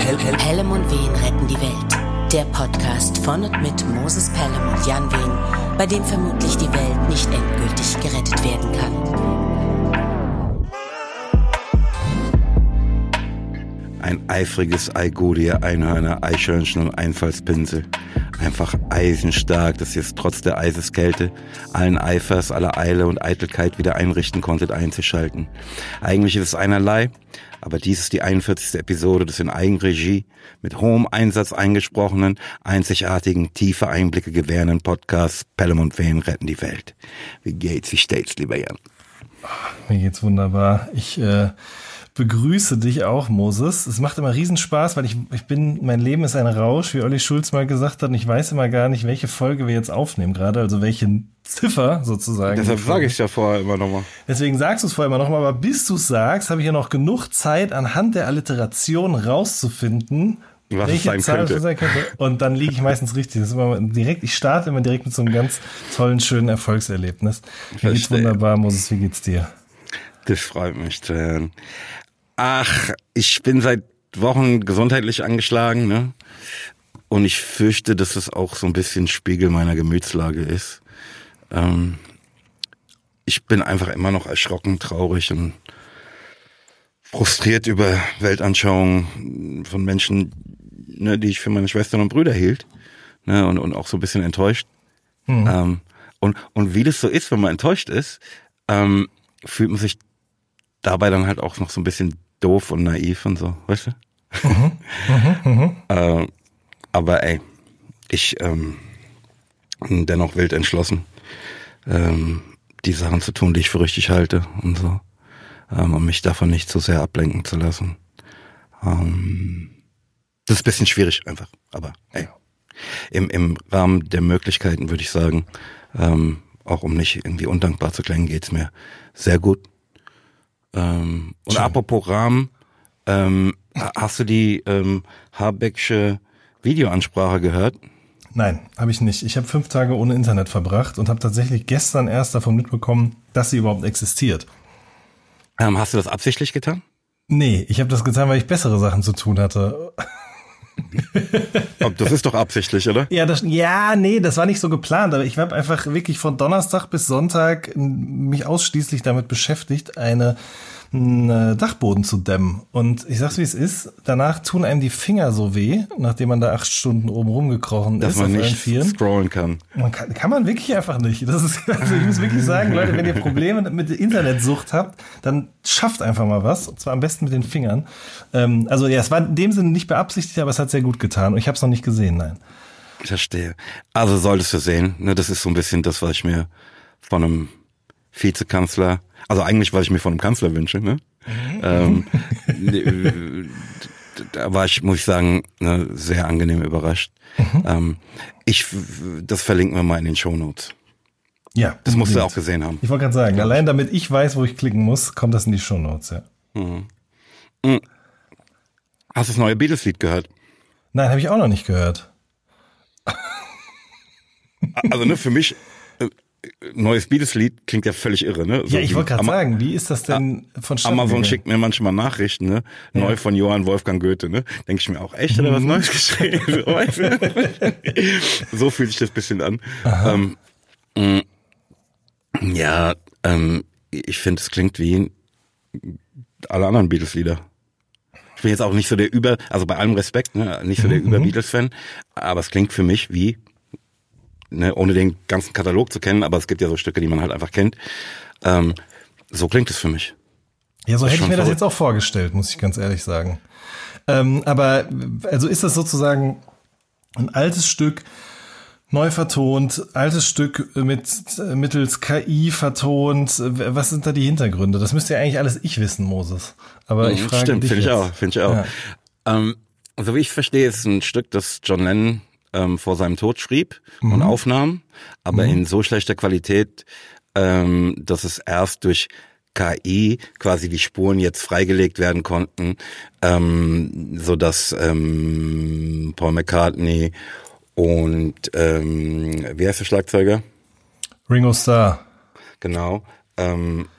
Pelham und Wehen retten die Welt. Der Podcast von und mit Moses Pelham und Jan Wehen, bei dem vermutlich die Welt nicht endgültig gerettet werden kann. Ein eifriges Eigodie, Einhörner, Eichhörnchen und Einfallspinsel. Einfach eisenstark, dass ihr es trotz der Eiseskälte allen Eifers, aller Eile und Eitelkeit wieder einrichten konntet, einzuschalten. Eigentlich ist es einerlei, aber dies ist die 41. Episode des in Eigenregie mit hohem Einsatz eingesprochenen, einzigartigen, tiefe Einblicke gewährenden Podcasts Pelham und Wehen retten die Welt. Wie geht's, wie steht's, lieber Jan? Mir geht's wunderbar. Ich begrüße dich auch, Moses. Es macht immer Riesenspaß, weil mein Leben ist ein Rausch, wie Olli Schulz mal gesagt hat, und ich weiß immer gar nicht, welche Folge wir jetzt aufnehmen gerade, also welche Ziffer sozusagen. Deshalb sage ich es ja vorher immer nochmal. Deswegen sagst du es vorher immer nochmal, aber bis du es sagst, habe ich ja noch genug Zeit, anhand der Alliteration rauszufinden, welche Zahl es sein könnte. Und dann liege ich meistens richtig. Das ist immer direkt, ich starte immer direkt mit so einem ganz tollen, schönen Erfolgserlebnis. Mir geht's wunderbar, Moses, wie geht's dir? Das freut mich zu hören. Ach, ich bin seit Wochen gesundheitlich angeschlagen, ne? Und ich fürchte, dass es auch so ein bisschen Spiegel meiner Gemütslage ist. Ich bin einfach immer noch erschrocken, traurig und frustriert über Weltanschauungen von Menschen, ne, die ich für meine Schwestern und Brüder hielt, ne, und auch so ein bisschen enttäuscht. Und wie das so ist, wenn man enttäuscht ist, fühlt man sich dabei dann halt auch noch so ein bisschen doof und naiv und so, weißt du? Aber ey, ich bin dennoch wild entschlossen, die Sachen zu tun, die ich für richtig halte und so, um mich davon nicht zu sehr ablenken zu lassen. Das ist ein bisschen schwierig einfach, aber ey, im Rahmen der Möglichkeiten würde ich sagen, auch um nicht irgendwie undankbar zu klingen, geht's mir sehr gut. Und apropos Rahmen, hast du die Habecksche Videoansprache gehört? Nein, habe ich nicht. Ich habe 5 Tage ohne Internet verbracht und habe tatsächlich gestern erst davon mitbekommen, dass sie überhaupt existiert. Hast du das absichtlich getan? Nee, ich habe das getan, weil ich bessere Sachen zu tun hatte. Das ist doch absichtlich, oder? Das war nicht so geplant, aber ich habe einfach wirklich von Donnerstag bis Sonntag mich ausschließlich damit beschäftigt, einen Dachboden zu dämmen. Und ich sag's, wie es ist, danach tun einem die Finger so weh, nachdem man da 8 Stunden oben rumgekrochen ist. Dass man nicht scrollen kann. Kann man wirklich einfach nicht. Das ist, also ich muss wirklich sagen, Leute, wenn ihr Probleme mit der Internetsucht habt, dann schafft einfach mal was. Und zwar am besten mit den Fingern. Es war in dem Sinne nicht beabsichtigt, aber es hat sehr gut getan. Und ich habe es noch nicht gesehen, nein. Ich verstehe. Also solltest du sehen, ne, das ist so ein bisschen das, was ich mir von einem Vizekanzler, also eigentlich, was ich mir von einem Kanzler wünsche, ne? Da war ich, muss ich sagen, ne, sehr angenehm überrascht. Das verlinken wir mal in den Shownotes. Ja. Das musst du auch gesehen haben. Ich wollte gerade sagen, allein damit ich weiß, wo ich klicken muss, kommt das in die Shownotes, ja. Hast du das neue Beatles-Lied gehört? Nein, habe ich auch noch nicht gehört. Also, ne, für mich, neues Beatles-Lied klingt ja völlig irre, ne? So, ja, ich wollte gerade sagen, wie ist das denn vonstatten Amazon gegangen? Schickt mir manchmal Nachrichten, ne? Ja. Neu von Johann Wolfgang Goethe, ne? Denke ich mir auch, echt, hat er was Neues geschrieben? So fühlt sich das ein bisschen an. Ich finde, es klingt wie alle anderen Beatles-Lieder. Ich bin jetzt auch nicht so also bei allem Respekt, ne? Nicht so der Über-Beatles-Fan, aber es klingt für mich wie, ne, ohne den ganzen Katalog zu kennen, aber es gibt ja so Stücke, die man halt einfach kennt. So klingt es für mich. Ja, so hätte ich mir das jetzt auch vorgestellt, muss ich ganz ehrlich sagen. Aber also ist das sozusagen ein altes Stück, neu vertont, altes Stück mittels KI vertont. Was sind da die Hintergründe? Das müsste ja eigentlich alles ich wissen, Moses. Aber ich frage dich finde ich auch. Ja. So wie ich verstehe, ist ein Stück, das John Lennon vor seinem Tod schrieb und aufnahm, aber in so schlechter Qualität, dass es erst durch KI quasi die Spuren jetzt freigelegt werden konnten, so dass Paul McCartney und wie heißt der Schlagzeuger? Ringo Starr. Genau.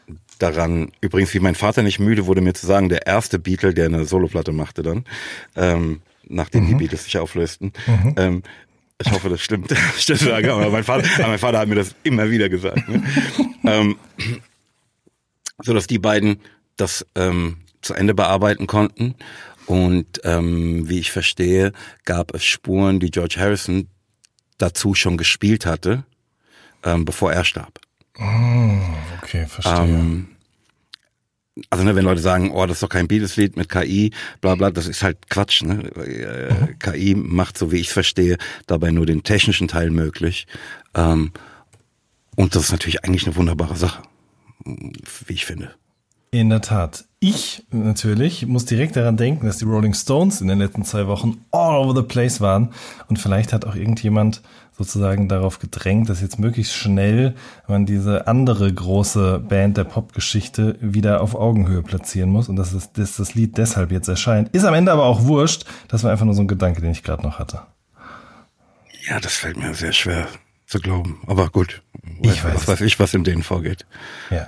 daran, übrigens, wie mein Vater nicht müde wurde, mir zu sagen, der erste Beatle, der eine Soloplatte machte dann, nachdem die Beatles sich auflösten. Ich hoffe, das stimmt. Aber mein Vater hat mir das immer wieder gesagt. Ne? So dass die beiden das zu Ende bearbeiten konnten. Und wie ich verstehe, gab es Spuren, die George Harrison dazu schon gespielt hatte, bevor er starb. Okay, verstehe. Also ne, wenn Leute sagen, oh, das ist doch kein Beatles-Lied mit KI, bla bla, das ist halt Quatsch. Ne? KI macht, so wie ich es verstehe, dabei nur den technischen Teil möglich. Und das ist natürlich eigentlich eine wunderbare Sache, wie ich finde. In der Tat. Ich natürlich muss direkt daran denken, dass die Rolling Stones in den letzten 2 Wochen all over the place waren. Und vielleicht hat auch irgendjemand sozusagen darauf gedrängt, dass jetzt möglichst schnell man diese andere große Band der Popgeschichte wieder auf Augenhöhe platzieren muss und dass das Lied deshalb jetzt erscheint. Ist am Ende aber auch wurscht. Das war einfach nur so ein Gedanke, den ich gerade noch hatte. Ja, das fällt mir sehr schwer zu glauben. Aber gut, was weiß ich, was in denen vorgeht. Ja.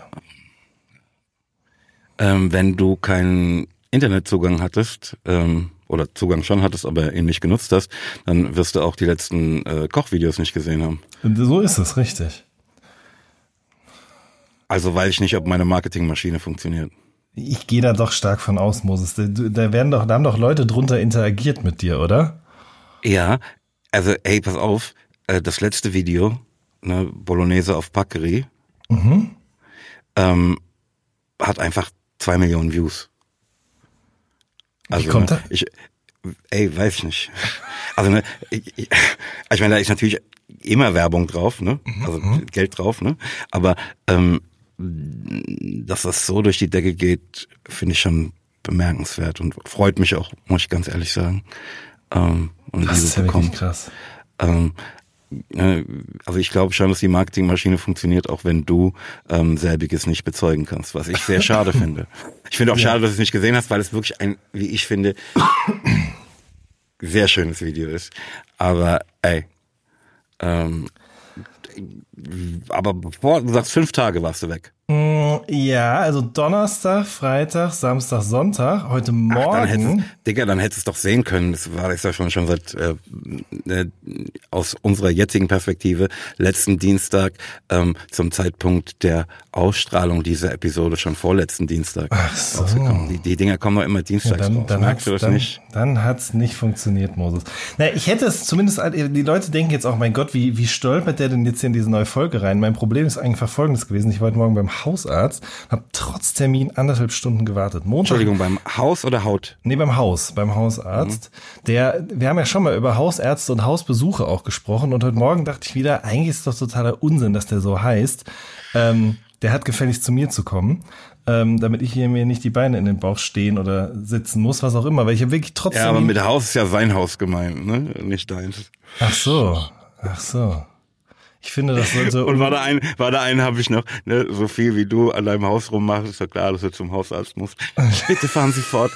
Wenn du keinen Internetzugang hattest, oder Zugang schon hattest, aber ihn nicht genutzt hast, dann wirst du auch die letzten Kochvideos nicht gesehen haben. So ist es, richtig. Also weiß ich nicht, ob meine Marketingmaschine funktioniert. Ich gehe da doch stark von aus, Moses. Da haben doch Leute drunter interagiert mit dir, oder? Ja, also ey, pass auf, das letzte Video, ne, Bolognese auf Packery, hat einfach 2 Millionen Views. Also, wie kommt das? Weiß ich nicht. Also, ne, ich meine, da ist natürlich immer Werbung drauf, ne? Also Geld drauf, ne? Aber dass das so durch die Decke geht, finde ich schon bemerkenswert und freut mich auch, muss ich ganz ehrlich sagen. Und das ist ja wirklich krass. Also ich glaube schon, dass die Marketingmaschine funktioniert, auch wenn du selbiges nicht bezeugen kannst, was ich sehr schade finde. Ich finde auch schade, dass du es nicht gesehen hast, weil es wirklich ein, wie ich finde, sehr schönes Video ist. Aber aber bevor du sagst, 5 Tage warst du weg. Ja, also Donnerstag, Freitag, Samstag, Sonntag, heute Morgen. Dann hättest du es doch sehen können. Das war ja schon seit aus unserer jetzigen Perspektive letzten Dienstag zum Zeitpunkt der Ausstrahlung dieser Episode schon vorletzten Dienstag. Ach so. Die Dinger kommen doch immer dienstags raus. Merkst du das nicht? Dann hat's nicht funktioniert, Moses. Na, ich hätte es zumindest, die Leute denken jetzt auch, mein Gott, wie stolpert der denn jetzt hier in diese neue Folge rein? Mein Problem ist einfach folgendes gewesen. Ich war heute Morgen beim Hausarzt, habe trotz Termin 1,5 Stunden gewartet. Montag, Entschuldigung, beim Haus oder Haut? Nee, beim Hausarzt. Wir haben ja schon mal über Hausärzte und Hausbesuche auch gesprochen und heute Morgen dachte ich wieder, eigentlich ist es doch totaler Unsinn, dass der so heißt. Der hat gefälligst zu mir zu kommen, damit ich hier mir nicht die Beine in den Bauch stehen oder sitzen muss, was auch immer, weil ich habe wirklich trotzdem... Ja, aber mit Haus ist ja sein Haus gemeint, ne? Nicht deins. Ach so. Ich finde, das sollte... Und war da einen habe ich noch, ne, so viel wie du an deinem Haus rummachst, ist ja klar, dass du zum Hausarzt musst. Bitte fahren Sie fort.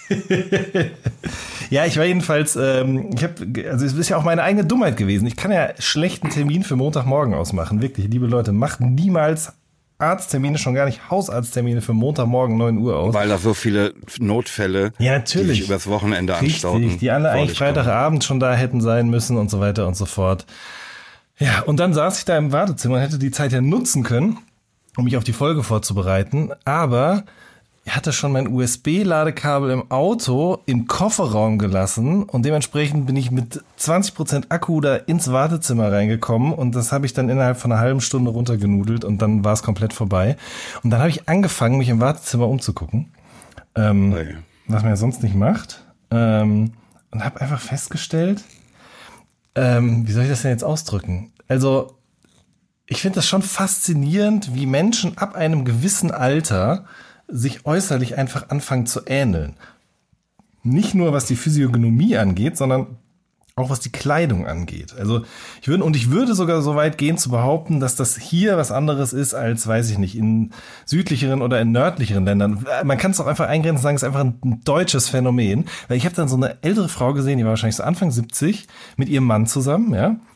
Ja, ich war jedenfalls, also es ist ja auch meine eigene Dummheit gewesen. Ich kann ja schlechten Termin für Montagmorgen ausmachen. Wirklich, liebe Leute, macht niemals Arzttermine, schon gar nicht Hausarzttermine für Montagmorgen 9 Uhr aus. Weil da so viele Notfälle, die sich übers Wochenende anstauten. Die alle eigentlich Freitagabend schon da hätten sein müssen und so weiter und so fort. Ja, und dann saß ich da im Wartezimmer und hätte die Zeit ja nutzen können, um mich auf die Folge vorzubereiten, aber ich hatte schon mein USB-Ladekabel im Auto im Kofferraum gelassen und dementsprechend bin ich mit 20% Akku da ins Wartezimmer reingekommen und das habe ich dann innerhalb von einer halben Stunde runtergenudelt und dann war es komplett vorbei. Und dann habe ich angefangen, mich im Wartezimmer umzugucken, was man ja sonst nicht macht, und habe einfach festgestellt, wie soll ich das denn jetzt ausdrücken? Also, ich finde das schon faszinierend, wie Menschen ab einem gewissen Alter sich äußerlich einfach anfangen zu ähneln. Nicht nur was die Physiognomie angeht, sondern auch was die Kleidung angeht. Also ich würde sogar so weit gehen zu behaupten, dass das hier was anderes ist als, weiß ich nicht, in südlicheren oder in nördlicheren Ländern. Man kann es auch einfach eingrenzen und sagen, es ist einfach ein deutsches Phänomen. Weil ich habe dann so eine ältere Frau gesehen, die war wahrscheinlich so Anfang 70, mit ihrem Mann zusammen, ja.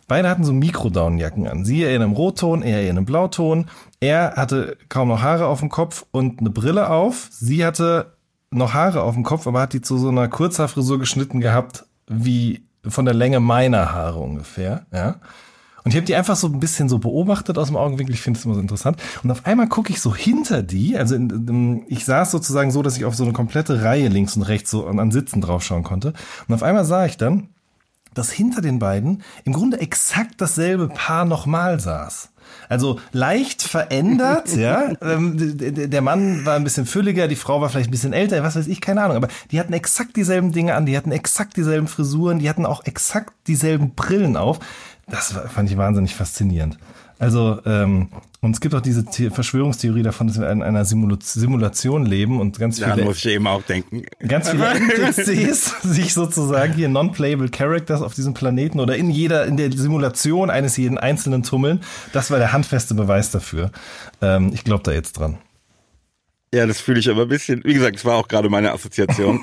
Beide hatten so Mikrodaunenjacken an. Sie in einem Rotton, er in einem Blauton. Er hatte kaum noch Haare auf dem Kopf und eine Brille auf. Sie hatte noch Haare auf dem Kopf, aber hat die zu so einer Kurzhaarfrisur geschnitten gehabt, wie von der Länge meiner Haare ungefähr, ja. Und ich habe die einfach so ein bisschen so beobachtet aus dem Augenwinkel. Ich finde es immer so interessant. Und auf einmal gucke ich so hinter die, also ich saß sozusagen so, dass ich auf so eine komplette Reihe links und rechts so an Sitzen draufschauen konnte. Und auf einmal sah ich dann, dass hinter den beiden im Grunde exakt dasselbe Paar nochmal saß. Also leicht verändert, ja. Der Mann war ein bisschen fülliger, die Frau war vielleicht ein bisschen älter, was weiß ich, keine Ahnung. Aber die hatten exakt dieselben Dinge an, die hatten exakt dieselben Frisuren, die hatten auch exakt dieselben Brillen auf. Das fand ich wahnsinnig faszinierend. Also, und es gibt auch diese Verschwörungstheorie davon, dass wir in einer Simulation leben und ganz viele, muss ich eben auch denken. Ganz viele NPCs sich sozusagen hier non-playable Characters auf diesem Planeten oder in der Simulation eines jeden Einzelnen tummeln. Das war der handfeste Beweis dafür. Ich glaube da jetzt dran. Ja, das fühle ich aber ein bisschen. Wie gesagt, es war auch gerade meine Assoziation.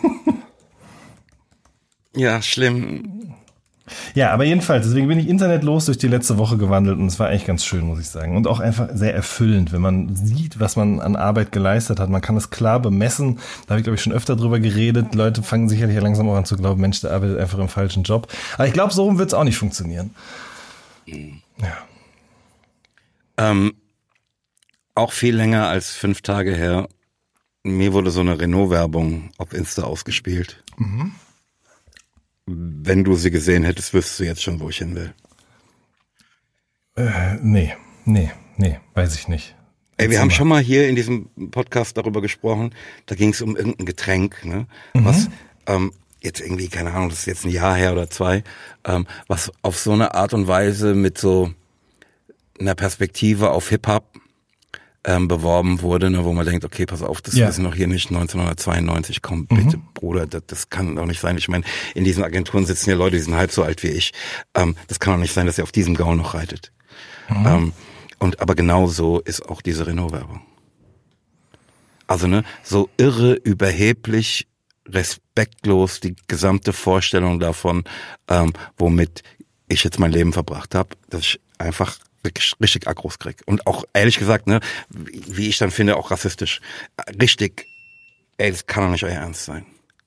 Ja, schlimm. Ja, aber jedenfalls, deswegen bin ich internetlos durch die letzte Woche gewandelt und es war eigentlich ganz schön, muss ich sagen. Und auch einfach sehr erfüllend, wenn man sieht, was man an Arbeit geleistet hat. Man kann es klar bemessen. Da habe ich, glaube ich, schon öfter drüber geredet. Leute fangen sicherlich ja langsam auch an zu glauben, Mensch, der arbeitet einfach im falschen Job. Aber ich glaube, so rum wird es auch nicht funktionieren. Ja. Auch viel länger als 5 Tage her. Mir wurde so eine Renault-Werbung auf Insta ausgespielt. Mhm. Wenn du sie gesehen hättest, wüsstest du jetzt schon, wo ich hin will. Nee, weiß ich nicht. Ey, wir haben schon mal hier in diesem Podcast darüber gesprochen, da ging es um irgendein Getränk, ne? Was jetzt irgendwie, keine Ahnung, das ist jetzt ein Jahr her oder 2, was auf so eine Art und Weise mit so einer Perspektive auf Hip-Hop beworben wurde, ne, wo man denkt, okay, pass auf, das ist noch hier nicht 1992, komm bitte, Bruder, das kann doch nicht sein. Ich meine, in diesen Agenturen sitzen ja Leute, die sind halb so alt wie ich. Das kann doch nicht sein, dass ihr auf diesem Gaul noch reitet. Aber genau so ist auch diese Renault-Werbung. Also, ne, so irre, überheblich, respektlos die gesamte Vorstellung davon, womit ich jetzt mein Leben verbracht habe, dass ich einfach richtig Aggros krieg. Und auch, ehrlich gesagt, ne, wie ich dann finde, auch rassistisch. Richtig, das kann doch nicht euer Ernst sein.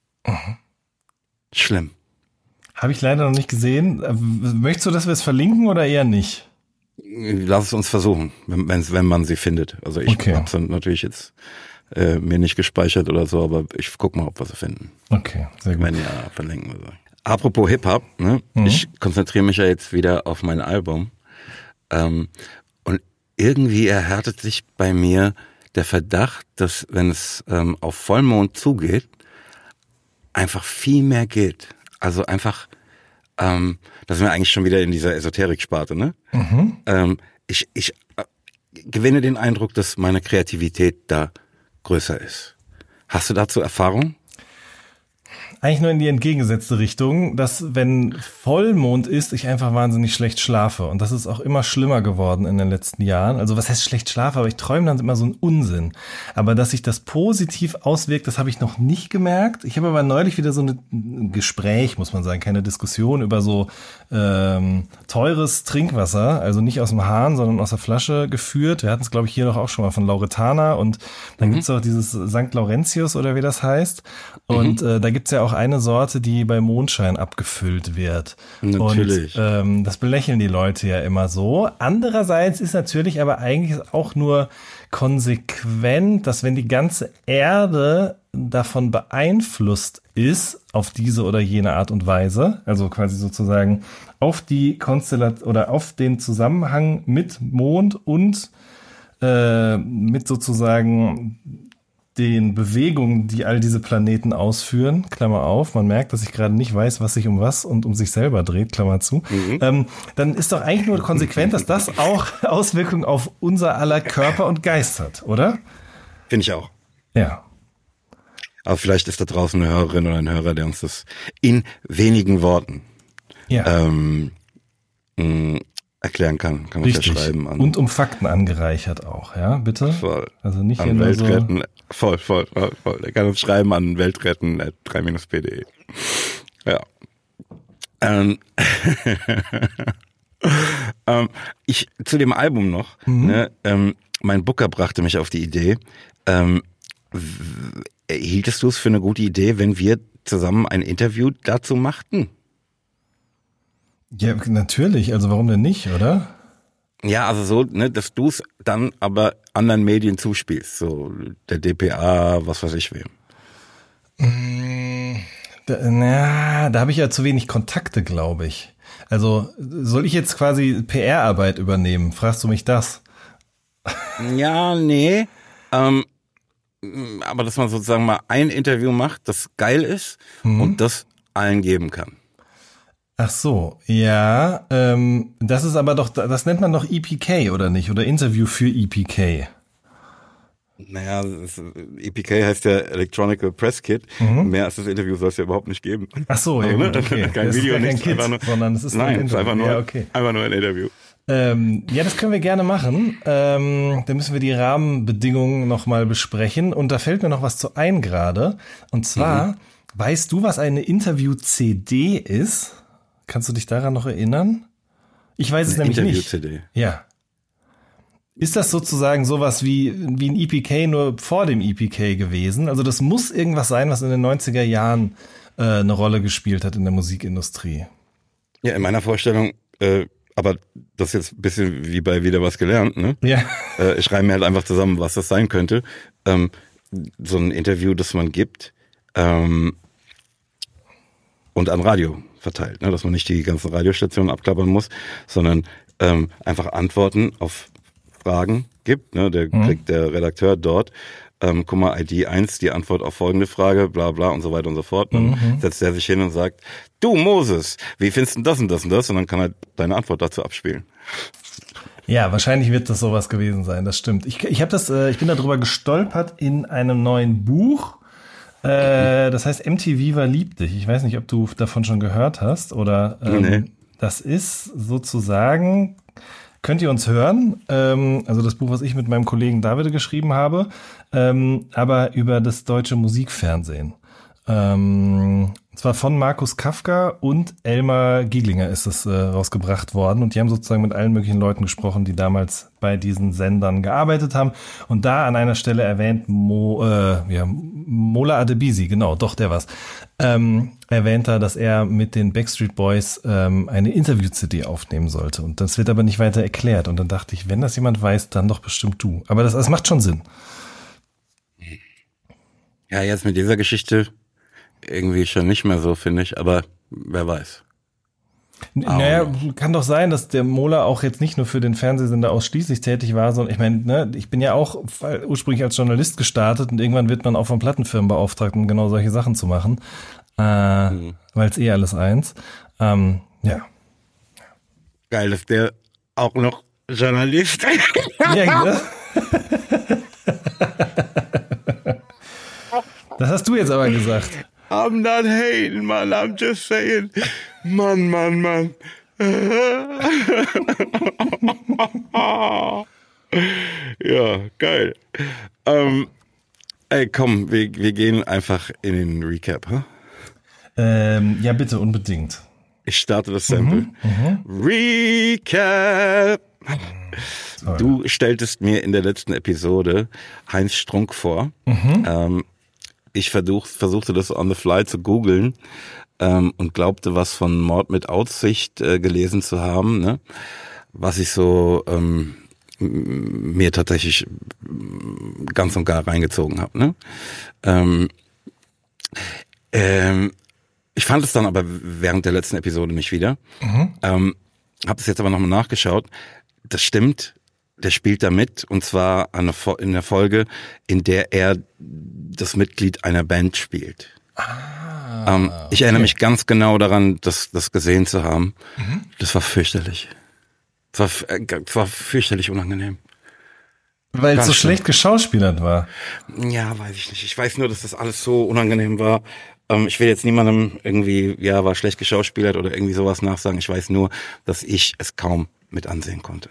Schlimm. Habe ich leider noch nicht gesehen. Möchtest du, dass wir es verlinken oder eher nicht? Lass es uns versuchen, wenn man sie findet. Also ich habe es natürlich jetzt mir nicht gespeichert oder so, aber ich guck mal, ob wir sie finden. Okay, sehr gut. Wenn ja, verlinken wir sie. Apropos Hip-Hop, ne? Ich konzentriere mich ja jetzt wieder auf mein Album. Und irgendwie erhärtet sich bei mir der Verdacht, dass wenn es auf Vollmond zugeht, einfach viel mehr geht. Also einfach, da sind wir eigentlich schon wieder in dieser Esoterik-Sparte, ne? Ich gewinne den Eindruck, dass meine Kreativität da größer ist. Hast du dazu Erfahrung? Eigentlich nur in die entgegengesetzte Richtung, dass wenn Vollmond ist, ich einfach wahnsinnig schlecht schlafe. Und das ist auch immer schlimmer geworden in den letzten Jahren. Also was heißt schlecht schlafe, aber ich träume dann immer so einen Unsinn. Aber dass sich das positiv auswirkt, das habe ich noch nicht gemerkt. Ich habe aber neulich wieder so ein Gespräch, muss man sagen, keine Diskussion über so teures Trinkwasser, also nicht aus dem Hahn, sondern aus der Flasche geführt. Wir hatten es, glaube ich, hier doch auch schon mal von Lauretana. Und dann gibt's auch dieses St. Laurentius oder wie das heißt. Und da gibt's ja auch eine Sorte, die bei Mondschein abgefüllt wird. Natürlich. Und das belächeln die Leute ja immer so. Andererseits ist natürlich aber eigentlich auch nur konsequent, dass wenn die ganze Erde davon beeinflusst ist, auf diese oder jene Art und Weise, also quasi sozusagen auf die Konstellation oder auf den Zusammenhang mit Mond und mit sozusagen den Bewegungen, die all diese Planeten ausführen, Klammer auf, man merkt, dass ich gerade nicht weiß, was sich um was und um sich selber dreht, Klammer zu, dann ist doch eigentlich nur konsequent, dass das auch Auswirkungen auf unser aller Körper und Geist hat, oder? Finde ich auch. Ja. Aber vielleicht ist da draußen eine Hörerin oder ein Hörer, der uns das in wenigen Worten erklären kann. Kann man ja schreiben. Und um Fakten angereichert auch, ja, bitte? Voll. Also nicht an Weltretten. So voll. Der kann uns schreiben an weltretten@3-p.de. Ja. Ich zu dem Album noch. Ne, mein Booker brachte mich auf die Idee. Hieltest du es für eine gute Idee, wenn wir zusammen ein Interview dazu machten? Ja, natürlich. Also warum denn nicht, oder? Ja, also so, ne, dass du es dann aber anderen Medien zuspielst, so der dpa, was weiß ich wem. Da habe ich ja zu wenig Kontakte, glaube ich. Also soll ich jetzt quasi PR-Arbeit übernehmen? Fragst du mich das? Ja, nee. Aber dass man sozusagen mal ein Interview macht, das geil ist und das allen geben kann. Ach so, ja, das ist aber doch, das nennt man doch EPK, oder nicht? Oder Interview für EPK. Naja, EPK heißt ja Electronic Press Kit. Mehr als das Interview soll es ja überhaupt nicht geben. Ach so, ja, gut, okay. Kein Video, nichts, Kit, einfach nur, sondern es ist nein, es ist einfach nur, ja, okay. einfach nur ein Interview. Ja, das können wir gerne machen. Da müssen wir die Rahmenbedingungen nochmal besprechen. Und da fällt mir noch was zu ein gerade. Und zwar, weißt du, was eine Interview-CD ist? Kannst du dich daran noch erinnern? Ich weiß es nämlich nicht. Interview-CD. Ja. Ist das sozusagen sowas wie ein EPK nur vor dem EPK gewesen? Also das muss irgendwas sein, was in den 90er Jahren eine Rolle gespielt hat in der Musikindustrie. Ja, in meiner Vorstellung, aber das ist jetzt ein bisschen wie bei Wieder was gelernt, ne? Ja. Ich schreibe mir halt einfach zusammen, was das sein könnte. So ein Interview, das man gibt und an Radio verteilt, ne? Dass man nicht die ganzen Radiostationen abklappern muss, sondern einfach Antworten auf Fragen gibt. Ne? Der kriegt der Redakteur dort, guck mal, ID 1, die Antwort auf folgende Frage, bla bla und so weiter und so fort. Dann setzt er sich hin und sagt, du Moses, wie findest du das und das und das? Und dann kann er deine Antwort dazu abspielen. Ja, wahrscheinlich wird das sowas gewesen sein, das stimmt. Ich bin darüber gestolpert in einem neuen Buch, das heißt MTV war lieb dich. Ich weiß nicht, ob du davon schon gehört hast oder Nee. Das ist sozusagen, könnt ihr uns hören, also das Buch, was ich mit meinem Kollegen David geschrieben habe, aber über das deutsche Musikfernsehen. Zwar von Markus Kafka und Elmar Gieglinger ist es rausgebracht worden und die haben sozusagen mit allen möglichen Leuten gesprochen, die damals bei diesen Sendern gearbeitet haben und da an einer Stelle erwähnt Mola Adebisi, genau, doch, der war's, erwähnt er, dass er mit den Backstreet Boys eine Interview-CD aufnehmen sollte und das wird aber nicht weiter erklärt und dann dachte ich, wenn das jemand weiß, dann doch bestimmt du, aber das macht schon Sinn. Ja, jetzt mit dieser Geschichte irgendwie schon nicht mehr so, finde ich, aber wer weiß. Naja, kann doch sein, dass der Mola auch jetzt nicht nur für den Fernsehsender ausschließlich tätig war, sondern ich meine, ne, ich bin ja auch ursprünglich als Journalist gestartet und irgendwann wird man auch von Plattenfirmen beauftragt, um genau solche Sachen zu machen, weil es alles eins. Ja. Geil, dass der auch noch Journalist Ja, ne? Das hast du jetzt aber gesagt. I'm not hating, man, I'm just saying. Mann. Ja, geil. Ey, komm, wir gehen einfach in den Recap, huh? Ja, bitte, unbedingt. Ich starte das Sample. Recap! Du stelltest mir in der letzten Episode Heinz Strunk vor. Ich versuchte das on the fly zu googeln und glaubte, was von Mord mit Aussicht gelesen zu haben, ne? Was ich so mir tatsächlich ganz und gar reingezogen habe. Ne? Ich fand es dann aber während der letzten Episode nicht wieder. Habe es jetzt aber nochmal nachgeschaut. Das stimmt. Der spielt da mit, und zwar in der Folge, in der er das Mitglied einer Band spielt. Ich erinnere mich ganz genau daran, das gesehen zu haben. Das war fürchterlich. Es war fürchterlich unangenehm. Weil es so schlecht geschauspielert war. Ja, weiß ich nicht. Ich weiß nur, dass das alles so unangenehm war. Ich will jetzt niemandem irgendwie, ja, war schlecht geschauspielert oder irgendwie sowas nachsagen. Ich weiß nur, dass ich es kaum mit ansehen konnte.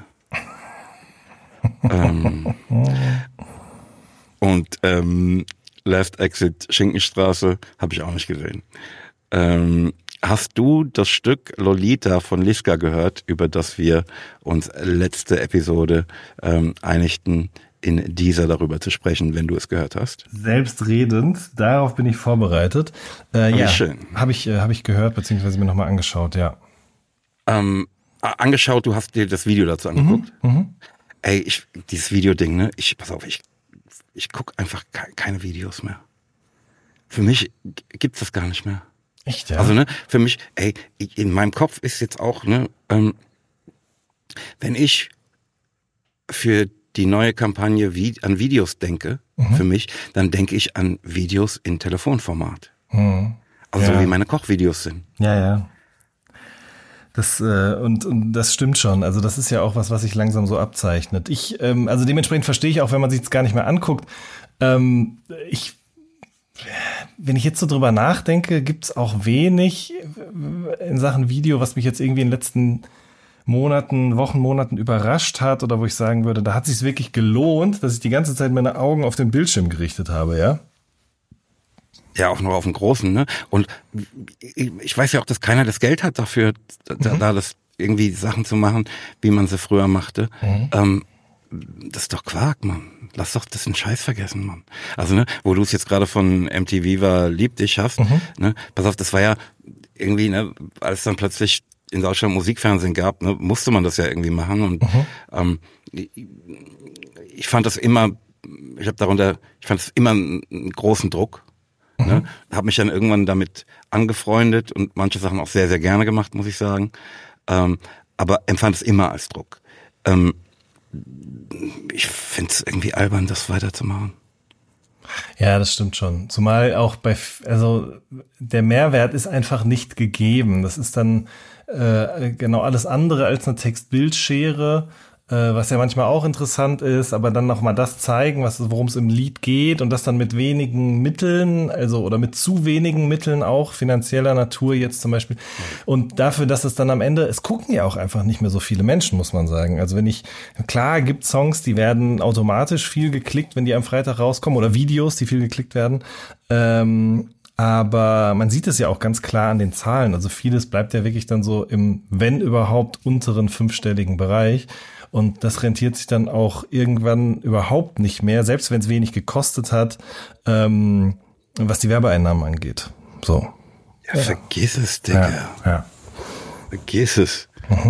Und Last Exit Schinkenstraße habe ich auch nicht gesehen. Hast du das Stück Lolita von Liska gehört, über das wir uns letzte Episode einigten, in dieser darüber zu sprechen, wenn du es gehört hast? Selbstredend, darauf bin ich vorbereitet. Ja, schön. Habe ich gehört, beziehungsweise mir nochmal angeschaut, ja. Angeschaut, du hast dir das Video dazu angeguckt? Ey, dieses Video-Ding, ne? Pass auf, ich gucke einfach keine Videos mehr. Für mich gibt's das gar nicht mehr. Echt, ja? Also, ne, für mich, in meinem Kopf ist jetzt auch, ne, wenn ich für die neue Kampagne an Videos denke, für mich, dann denke ich an Videos in Telefonformat. Also so wie meine Kochvideos sind. Ja. Das, und das stimmt schon. Also das ist ja auch was sich langsam so abzeichnet. Also dementsprechend verstehe ich auch, wenn man sich es gar nicht mehr anguckt. Wenn ich jetzt so drüber nachdenke, gibt's auch wenig in Sachen Video, was mich jetzt irgendwie in den letzten Monaten überrascht hat oder wo ich sagen würde, da hat sich's wirklich gelohnt, dass ich die ganze Zeit meine Augen auf den Bildschirm gerichtet habe, ja? Ja, auch noch auf dem Großen, ne? Und ich weiß ja auch, dass keiner das Geld hat dafür, da das irgendwie Sachen zu machen, wie man sie früher machte. Das ist doch Quark, Mann. Lass doch das einen Scheiß vergessen, Mann. Also, ne, wo du es jetzt gerade von MTV war, Lieb dich hast, ne? Pass auf, das war ja irgendwie, ne, als dann plötzlich in Deutschland Musikfernsehen gab, ne, musste man das ja irgendwie machen. Und ich fand das immer, ich fand es immer einen großen Druck. Ne? Habe mich dann irgendwann damit angefreundet und manche Sachen auch sehr, sehr gerne gemacht, muss ich sagen. Aber empfand es immer als Druck. Ich finde es irgendwie albern, das weiterzumachen. Ja, das stimmt schon. Zumal auch also der Mehrwert ist einfach nicht gegeben. Das ist dann genau alles andere als eine Text-Bild-Schere, was ja manchmal auch interessant ist, aber dann nochmal das zeigen, worum es im Lied geht und das dann mit wenigen Mitteln, also oder mit zu wenigen Mitteln auch, finanzieller Natur jetzt zum Beispiel. Und dafür, dass es dann am Ende, es gucken ja auch einfach nicht mehr so viele Menschen, muss man sagen. Also klar gibt Songs, die werden automatisch viel geklickt, wenn die am Freitag rauskommen, oder Videos, die viel geklickt werden. Aber man sieht es ja auch ganz klar an den Zahlen. Also vieles bleibt ja wirklich dann so im, wenn überhaupt, unteren 5-stelligen Bereich. Und das rentiert sich dann auch irgendwann überhaupt nicht mehr, selbst wenn es wenig gekostet hat, was die Werbeeinnahmen angeht. So. Ja, vergiss es, Digga. Ja. Vergiss es.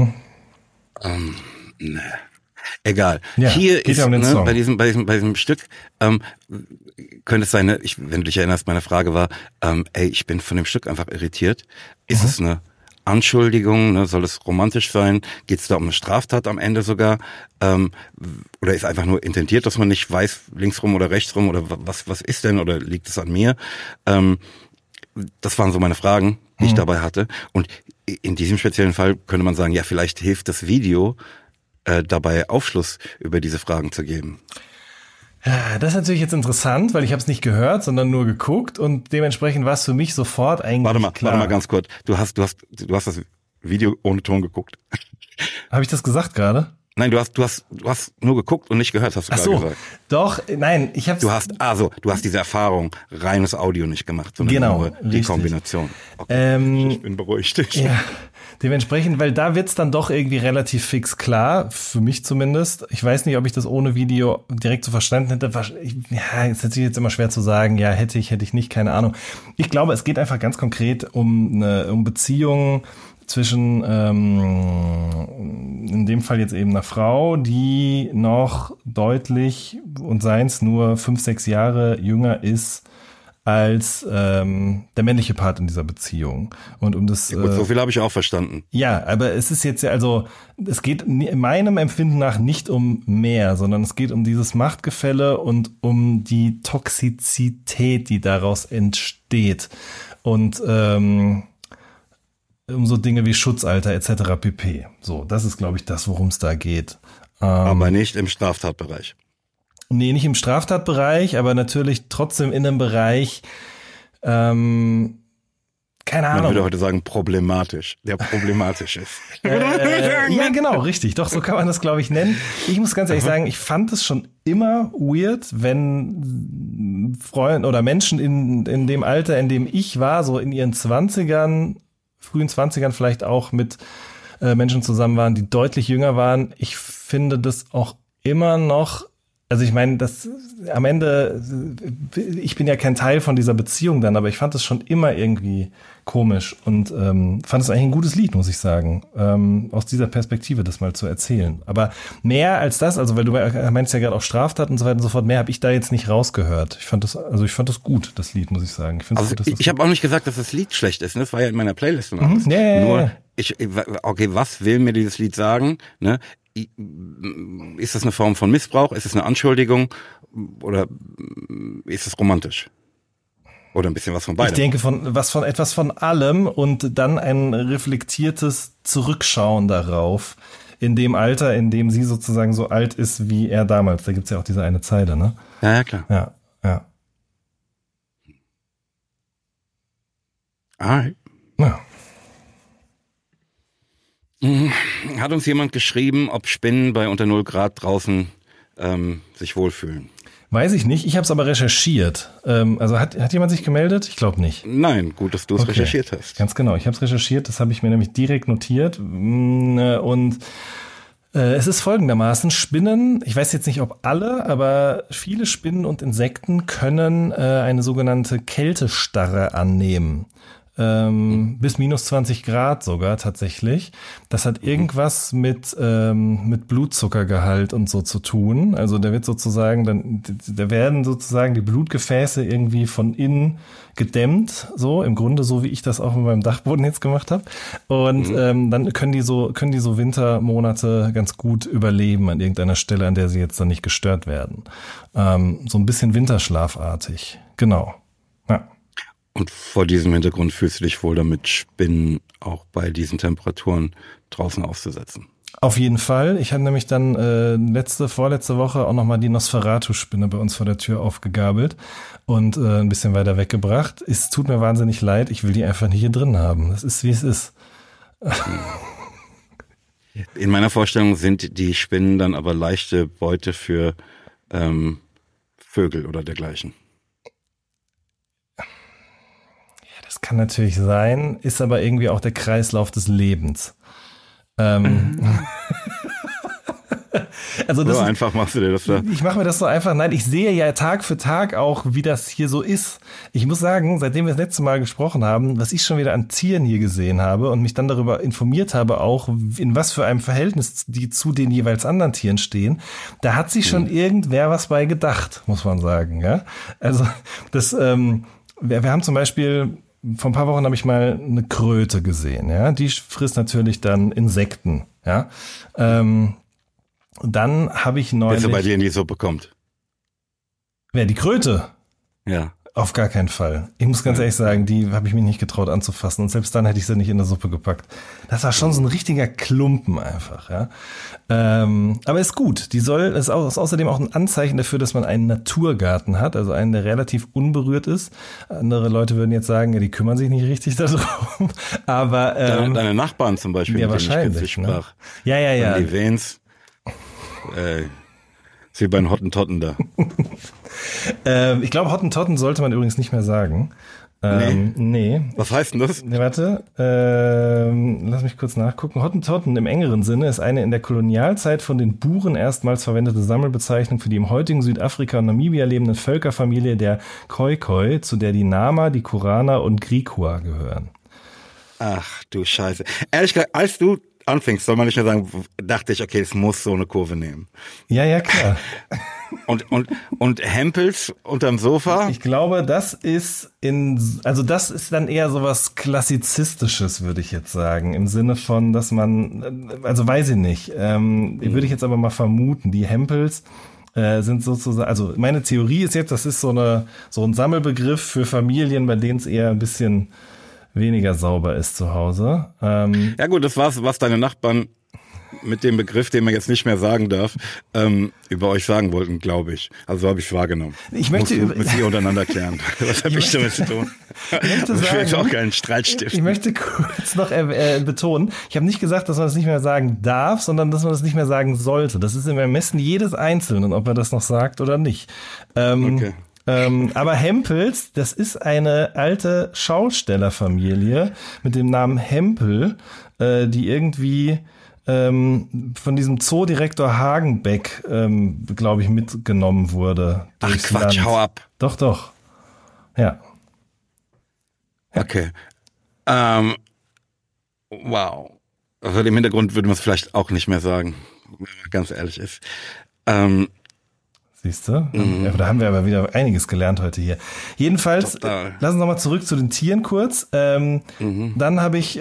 Ne. Egal. Ja, hier geht ist, ja um den ne, Song. bei diesem Stück, könnte es sein, wenn du dich erinnerst, meine Frage war, ich bin von dem Stück einfach irritiert. Ist es eine Anschuldigung, ne? Soll es romantisch sein? Geht es da um eine Straftat am Ende sogar? Oder ist einfach nur intentiert, dass man nicht weiß, linksrum oder rechtsrum oder was ist denn? Oder liegt es an mir? Das waren so meine Fragen, die ich dabei hatte. Und in diesem speziellen Fall könnte man sagen, ja, vielleicht hilft das Video dabei, Aufschluss über diese Fragen zu geben. Ja, das ist natürlich jetzt interessant, weil ich habe es nicht gehört, sondern nur geguckt und dementsprechend war es für mich sofort eigentlich klar. Warte mal ganz kurz. Du hast das Video ohne Ton geguckt. Habe ich das gesagt gerade? Nein, du hast nur geguckt und nicht gehört, hast du gerade gesagt. Doch, nein, ich habe du hast diese Erfahrung, reines Audio nicht gemacht, sondern nur die richtig. Kombination. Okay, ich bin beruhigt. Ja, dementsprechend, weil da wird's dann doch irgendwie relativ fix klar, für mich zumindest. Ich weiß nicht, ob ich das ohne Video direkt so verstanden hätte. Ja, ist natürlich jetzt immer schwer zu sagen, ja, hätte ich nicht, keine Ahnung. Ich glaube, es geht einfach ganz konkret um Beziehungen zwischen, in dem Fall jetzt eben einer Frau, die noch deutlich und seins nur 5-6 Jahre jünger ist als der männliche Part in dieser Beziehung. Und um das. Ja gut, so viel habe ich auch verstanden. Ja, aber es ist jetzt ja, also es geht in meinem Empfinden nach nicht um mehr, sondern es geht um dieses Machtgefälle und um die Toxizität, die daraus entsteht. Und um so Dinge wie Schutzalter etc. pp. So, das ist, glaube ich, das, worum es da geht. Aber nicht im Straftatbereich. Nee, nicht im Straftatbereich, aber natürlich trotzdem in einem Bereich, keine Ahnung. Man würde heute sagen problematisch, der problematisch ist. Ja, genau, richtig. Doch, so kann man das, glaube ich, nennen. Ich muss ganz ehrlich sagen, ich fand es schon immer weird, wenn Freunde oder Menschen in dem Alter, in dem ich war, so in ihren 20ern, frühen 20ern vielleicht auch mit Menschen zusammen waren, die deutlich jünger waren. Ich finde das auch immer noch, also ich meine, das am Ende, ich bin ja kein Teil von dieser Beziehung dann, aber ich fand es schon immer irgendwie komisch und fand es eigentlich ein gutes Lied, muss ich sagen, aus dieser Perspektive das mal zu erzählen. Aber mehr als das, also weil du meinst ja gerade auch Straftat und so weiter und so fort, mehr habe ich da jetzt nicht rausgehört. Ich fand das gut, das Lied, muss ich sagen. Ich habe auch nicht gesagt, dass das Lied schlecht ist, ne? Das war ja in meiner Playlist und alles. Nur, okay, was will mir dieses Lied sagen, ne? Ist das eine Form von Missbrauch? Ist es eine Anschuldigung? Oder ist es romantisch? Oder ein bisschen was von beidem? Ich denke etwas von allem und dann ein reflektiertes Zurückschauen darauf. In dem Alter, in dem sie sozusagen so alt ist wie er damals. Da gibt's ja auch diese eine Zeile, ne? Ja, klar. Ja. Alright. Ja. Hat uns jemand geschrieben, ob Spinnen bei unter 0 Grad draußen sich wohlfühlen? Weiß ich nicht, ich habe es aber recherchiert. Also hat jemand sich gemeldet? Ich glaube nicht. Nein, gut, dass du es recherchiert hast. Ganz genau, ich habe es recherchiert, das habe ich mir nämlich direkt notiert. Und es ist folgendermaßen, Spinnen, ich weiß jetzt nicht, ob alle, aber viele Spinnen und Insekten können eine sogenannte Kältestarre annehmen. Bis minus 20 Grad sogar tatsächlich. Das hat irgendwas mit Blutzuckergehalt und so zu tun. Also da werden sozusagen die Blutgefäße irgendwie von innen gedämmt, so im Grunde so wie ich das auch mit meinem Dachboden jetzt gemacht habe. Und dann können die so Wintermonate ganz gut überleben an irgendeiner Stelle, an der sie jetzt dann nicht gestört werden. So ein bisschen winterschlafartig. Genau. Ja. Und vor diesem Hintergrund fühlst du dich wohl damit, Spinnen auch bei diesen Temperaturen draußen auszusetzen? Auf jeden Fall. Ich hatte nämlich dann vorletzte Woche auch nochmal die Nosferatu-Spinne bei uns vor der Tür aufgegabelt und ein bisschen weiter weggebracht. Es tut mir wahnsinnig leid, ich will die einfach nicht hier drin haben. Das ist, wie es ist. In meiner Vorstellung sind die Spinnen dann aber leichte Beute für Vögel oder dergleichen. Das kann natürlich sein, ist aber irgendwie auch der Kreislauf des Lebens. Also das so einfach machst du dir das da. Ich mache mir das so einfach. Nein, ich sehe ja Tag für Tag auch, wie das hier so ist. Ich muss sagen, seitdem wir das letzte Mal gesprochen haben, was ich schon wieder an Tieren hier gesehen habe und mich dann darüber informiert habe, auch in was für einem Verhältnis die zu den jeweils anderen Tieren stehen, da hat sich schon irgendwer was bei gedacht, muss man sagen. Ja, also das, wir haben zum Beispiel vor ein paar Wochen habe ich mal eine Kröte gesehen, ja. Die frisst natürlich dann Insekten, ja. Dann habe ich neulich... Dass er bei dir in die Suppe kommt. Wer, die Kröte? Ja. Auf gar keinen Fall. Ich muss ganz ehrlich sagen, die habe ich mich nicht getraut anzufassen und selbst dann hätte ich sie nicht in der Suppe gepackt. Das war schon so ein richtiger Klumpen einfach, ja. Aber ist gut. Ist außerdem auch ein Anzeichen dafür, dass man einen Naturgarten hat, also einen, der relativ unberührt ist. Andere Leute würden jetzt sagen, ja, die kümmern sich nicht richtig darum. Aber deine Nachbarn zum Beispiel, ja, wahrscheinlich, ne? Ja. Die Vens, wie bei den Hottentotten da. Ich glaube, Hottentotten sollte man übrigens nicht mehr sagen. Nee. Was heißt denn das? Nee, warte. Lass mich kurz nachgucken. Hottentotten im engeren Sinne ist eine in der Kolonialzeit von den Buren erstmals verwendete Sammelbezeichnung für die im heutigen Südafrika und Namibia lebenden Völkerfamilie der Khoikhoi, zu der die Nama, die Kurana und Griqua gehören. Ach du Scheiße. Ehrlich gesagt, als du anfängst, soll man nicht mehr sagen, dachte ich, okay, es muss so eine Kurve nehmen. Ja, klar. Und Hempels unterm Sofa? Ich glaube, das ist dann eher sowas Klassizistisches, würde ich jetzt sagen. Im Sinne von, dass man, also weiß ich nicht, würde ich jetzt aber mal vermuten, die Hempels sind sozusagen, also meine Theorie ist jetzt, das ist so ein Sammelbegriff für Familien, bei denen es eher ein bisschen weniger sauber ist zu Hause. Ja gut, das war's, was deine Nachbarn mit dem Begriff, den man jetzt nicht mehr sagen darf, über euch sagen wollten, glaube ich. Also so habe ich wahrgenommen. Ich möchte mit Sie untereinander klären. Was habe ich damit zu tun? Ich will auch keinen Streitstift. Ich möchte kurz noch betonen, ich habe nicht gesagt, dass man das nicht mehr sagen darf, sondern dass man das nicht mehr sagen sollte. Das ist im Ermessen jedes Einzelnen, ob er das noch sagt oder nicht. Okay. Aber Hempels, das ist eine alte Schaustellerfamilie mit dem Namen Hempel, die irgendwie von diesem Zoodirektor Hagenbeck, glaube ich, mitgenommen wurde. Ach Quatsch, Land. Hau ab. Doch. Ja. Okay. Wow. Also im Hintergrund würde man es vielleicht auch nicht mehr sagen, wenn man ganz ehrlich ist. Siehst du? Da haben wir aber wieder einiges gelernt heute hier. Jedenfalls, lass uns nochmal zurück zu den Tieren kurz. Dann habe ich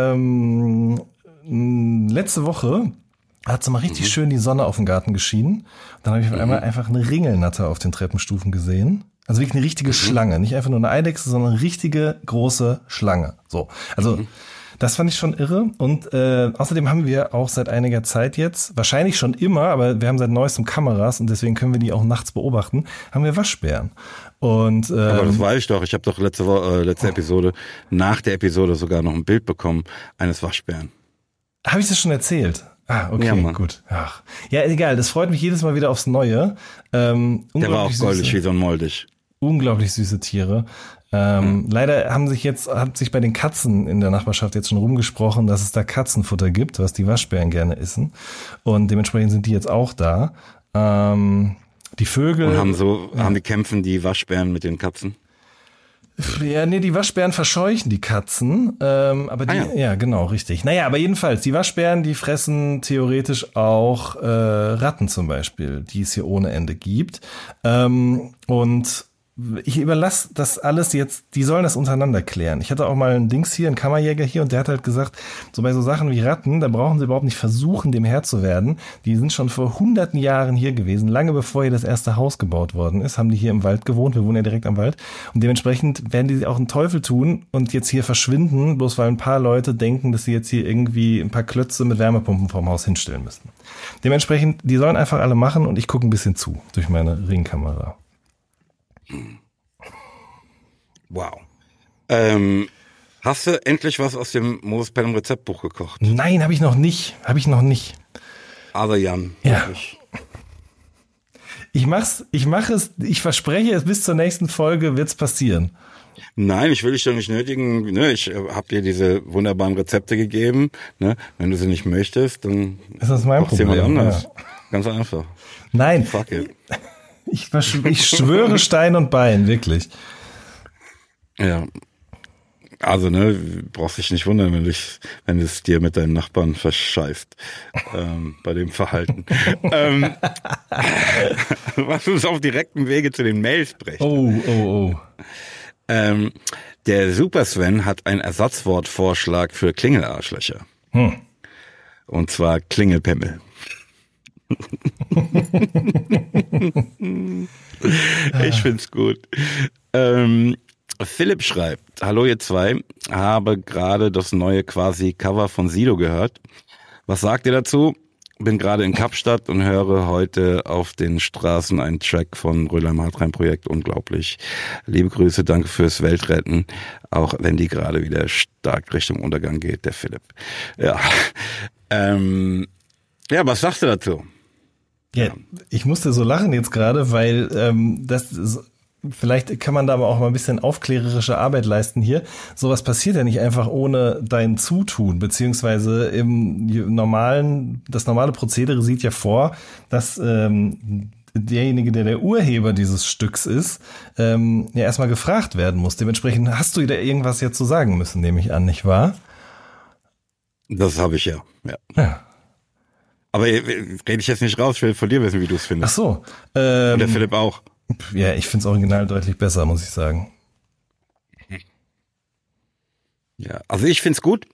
letzte Woche hat so mal richtig schön die Sonne auf den Garten geschienen. Dann habe ich auf einmal einfach eine Ringelnatter auf den Treppenstufen gesehen. Also wirklich eine richtige Schlange. Nicht einfach nur eine Eidechse, sondern eine richtige große Schlange. So. Also, das fand ich schon irre. Und außerdem haben wir auch seit einiger Zeit jetzt, wahrscheinlich schon immer, aber wir haben seit neuestem Kameras und deswegen können wir die auch nachts beobachten, haben wir Waschbären. Und, aber das weiß ich doch. Ich habe doch letzte Episode, nach der Episode sogar noch ein Bild bekommen eines Waschbären. Habe ich das schon erzählt? Ah, okay, ja, gut. Ach. Ja, egal, das freut mich jedes Mal wieder aufs Neue. Der war auch goldig wie so ein Moldig. Unglaublich süße Tiere. Leider hat sich bei den Katzen in der Nachbarschaft jetzt schon rumgesprochen, dass es da Katzenfutter gibt, was die Waschbären gerne essen. Und dementsprechend sind die jetzt auch da. Die Vögel. Und haben die kämpfen die Waschbären mit den Katzen? Ja, nee, die Waschbären verscheuchen die Katzen, aber ja, genau, richtig. Naja, aber jedenfalls, die Waschbären, die fressen theoretisch auch Ratten zum Beispiel, die es hier ohne Ende gibt. Und ich überlasse das alles jetzt, die sollen das untereinander klären. Ich hatte auch mal einen Kammerjäger hier und der hat halt gesagt, so bei so Sachen wie Ratten, da brauchen sie überhaupt nicht versuchen, dem Herr zu werden. Die sind schon vor hunderten Jahren hier gewesen, lange bevor hier das erste Haus gebaut worden ist, haben die hier im Wald gewohnt, wir wohnen ja direkt am Wald und dementsprechend werden die auch einen Teufel tun und jetzt hier verschwinden, bloß weil ein paar Leute denken, dass sie jetzt hier irgendwie ein paar Klötze mit Wärmepumpen vorm Haus hinstellen müssen. Dementsprechend, die sollen einfach alle machen und ich gucke ein bisschen zu durch meine Ringkamera. Wow. Hast du endlich was aus dem Moses Pelham Rezeptbuch gekocht? Nein, habe ich noch nicht. Aber Jan, ja. Ich mache es, ich verspreche es, bis zur nächsten Folge wird's passieren. Nein, ich will dich doch nicht nötigen. Ne? Ich habe dir diese wunderbaren Rezepte gegeben. Ne? Wenn du sie nicht möchtest, dann ist das mein Problem. Mal anders. Ja. Ganz einfach. Nein. Fuck it. Ich schwöre Stein und Bein, wirklich. Ja. Also, ne, brauchst dich nicht wundern, wenn es dir mit deinen Nachbarn verscheißt, bei dem Verhalten. Was uns auf direktem Wege zu den Mails bringt. Oh. Der Super Sven hat einen Ersatzwortvorschlag für Klingelarschlöcher. Und zwar Klingelpimmel. Ich find's gut. Philipp schreibt, hallo ihr zwei, habe gerade das neue quasi Cover von Sido gehört. Was sagt ihr dazu? Bin gerade in Kapstadt und höre heute auf den Straßen einen Track von Rödelheim-Hartheim-Projekt. Unglaublich. Liebe Grüße, danke fürs Weltretten, auch wenn die gerade wieder stark Richtung Untergang geht, der Philipp. Ja, ja, was sagst du dazu? Ja, ich musste so lachen jetzt gerade, weil vielleicht kann man da aber auch mal ein bisschen aufklärerische Arbeit leisten hier. Sowas passiert ja nicht einfach ohne dein Zutun, beziehungsweise das normale Prozedere sieht ja vor, dass derjenige, der Urheber dieses Stücks ist, ja erstmal gefragt werden muss. Dementsprechend hast du da irgendwas jetzt zu sagen müssen, nehme ich an, nicht wahr? Das habe ich ja. Aber rede ich jetzt nicht raus, ich will von dir wissen, wie du es findest. Ach so. Und der Philipp auch. Ja, ich finde das Original deutlich besser, muss ich sagen. Ja, also ich finde es gut.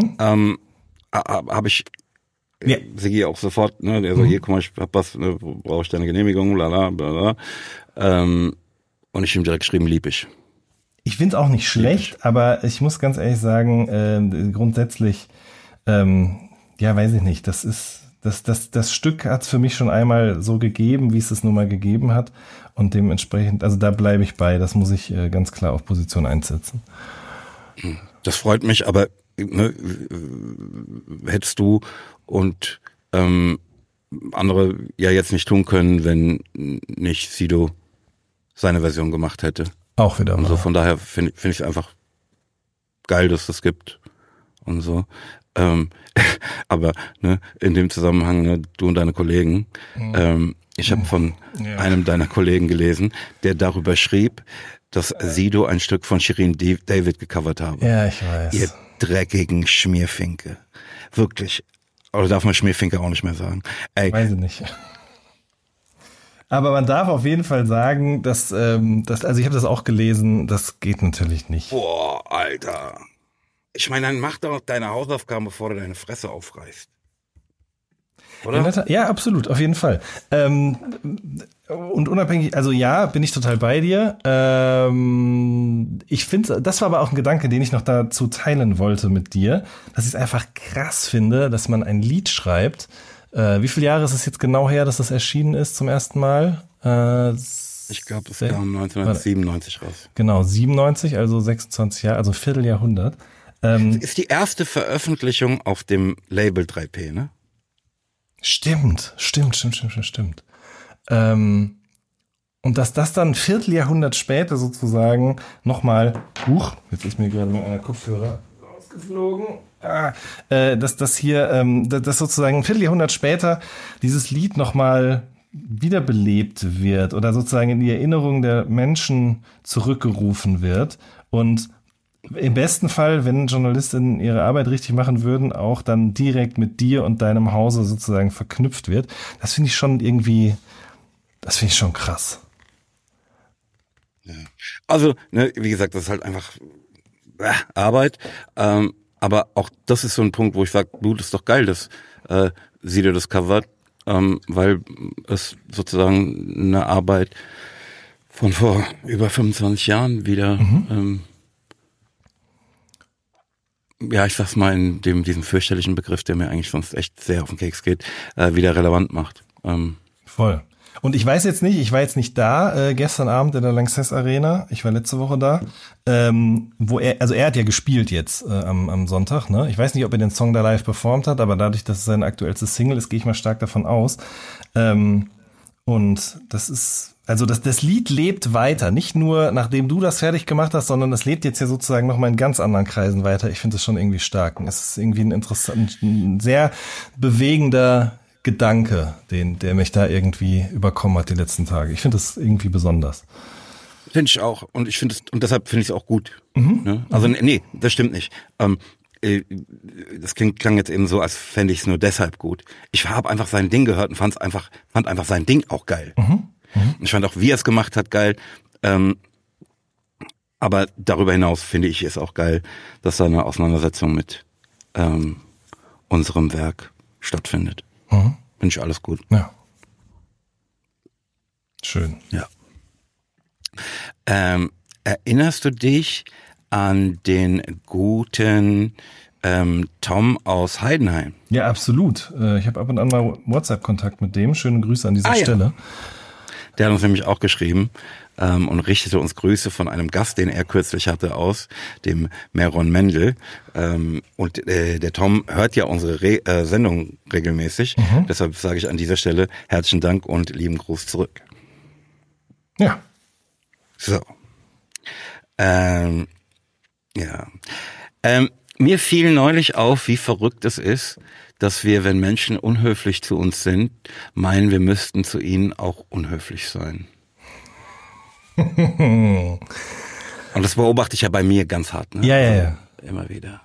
Habe ich Sigi auch sofort, ne, der so, hier, guck mal, ich hab was, ne, brauche ich deine Genehmigung, bla bla. Und ich ihm direkt geschrieben, lieb ich. Ich finde es auch nicht schlecht, aber ich muss ganz ehrlich sagen, grundsätzlich, ja, weiß ich nicht, das Stück hat es für mich schon einmal so gegeben, wie es nun mal gegeben hat. Und dementsprechend, also da bleibe ich bei, das muss ich ganz klar auf Position einsetzen. Das freut mich, aber ne, hättest du und andere ja jetzt nicht tun können, wenn nicht Sido seine Version gemacht hätte. Auch wieder mal. Und so, von daher finde ich es einfach geil, dass das gibt und so. Aber ne, in dem Zusammenhang, ne, du und deine Kollegen, ich habe von einem deiner Kollegen gelesen, der darüber schrieb, dass Sido ein Stück von Shirin David gecovert habe. Ja, ich weiß. Ihr dreckigen Schmierfinke. Wirklich. Oder darf man Schmierfinke auch nicht mehr sagen? Ey. Weiß ich nicht. Aber man darf auf jeden Fall sagen, dass also ich habe das auch gelesen, das geht natürlich nicht. Boah, Alter. Ich meine, dann mach doch deine Hausaufgaben, bevor du deine Fresse aufreißt. Oder? Ja, absolut, auf jeden Fall. Und unabhängig, also ja, bin ich total bei dir. Ich finde, das war aber auch ein Gedanke, den ich noch dazu teilen wollte mit dir, dass ich es einfach krass finde, dass man ein Lied schreibt. Wie viele Jahre ist es jetzt genau her, dass das erschienen ist zum ersten Mal? Ich glaube, es kam 1997 raus. Genau, 97, also 26 Jahre, also Vierteljahrhundert. Ist die erste Veröffentlichung auf dem Label 3P, ne? Stimmt. Und dass das dann ein Vierteljahrhundert später sozusagen nochmal, jetzt ist mir gerade mein Kopfhörer rausgeflogen, dass das hier, dass sozusagen ein Vierteljahrhundert später dieses Lied nochmal wiederbelebt wird oder sozusagen in die Erinnerung der Menschen zurückgerufen wird und im besten Fall, wenn Journalistinnen ihre Arbeit richtig machen würden, auch dann direkt mit dir und deinem Hause sozusagen verknüpft wird. Das finde ich schon krass. Ja. Also, ne, wie gesagt, das ist halt einfach Arbeit. Aber auch das ist so ein Punkt, wo ich sage, das ist doch geil, dass sie dir das covert, weil es sozusagen eine Arbeit von vor über 25 Jahren wieder ja, ich sag's mal in diesem fürchterlichen Begriff, der mir eigentlich sonst echt sehr auf den Keks geht, wieder relevant macht. Voll. Und ich war jetzt nicht da, gestern Abend in der Lanxess Arena, ich war letzte Woche da, wo er hat ja gespielt jetzt am Sonntag, ne? Ich weiß nicht, ob er den Song da live performt hat, aber dadurch, dass es sein aktuellstes Single ist, gehe ich mal stark davon aus. Und das ist, also das Lied lebt weiter, nicht nur nachdem du das fertig gemacht hast, sondern das lebt jetzt ja sozusagen nochmal in ganz anderen Kreisen weiter. Ich finde das schon irgendwie stark. Und es ist irgendwie ein sehr bewegender Gedanke, der mich da irgendwie überkommen hat die letzten Tage. Ich finde das irgendwie besonders. Finde ich auch. Und deshalb finde ich es auch gut. Ne? Also nee, das stimmt nicht. Das klang jetzt eben so, als fände ich es nur deshalb gut. Ich habe einfach sein Ding gehört und fand einfach sein Ding auch geil. Ich fand auch, wie er es gemacht hat, geil. Aber darüber hinaus finde ich es auch geil, dass da eine Auseinandersetzung mit unserem Werk stattfindet. Finde ich alles gut. Ja. Schön. Ja. Erinnerst du dich an den guten Tom aus Heidenheim? Ja, absolut. Ich habe ab und an mal WhatsApp-Kontakt mit dem. Schöne Grüße an dieser Stelle. Der hat uns nämlich auch geschrieben und richtete uns Grüße von einem Gast, den er kürzlich hatte, aus, dem Meron Mendel. Und der Tom hört ja unsere Sendung regelmäßig. Deshalb sage ich an dieser Stelle herzlichen Dank und lieben Gruß zurück. Ja. So. Ja. Mir fiel neulich auf, wie verrückt es ist, dass wir, wenn Menschen unhöflich zu uns sind, meinen, wir müssten zu ihnen auch unhöflich sein. Und das beobachte ich ja bei mir ganz hart. Ne? Ja. Immer wieder.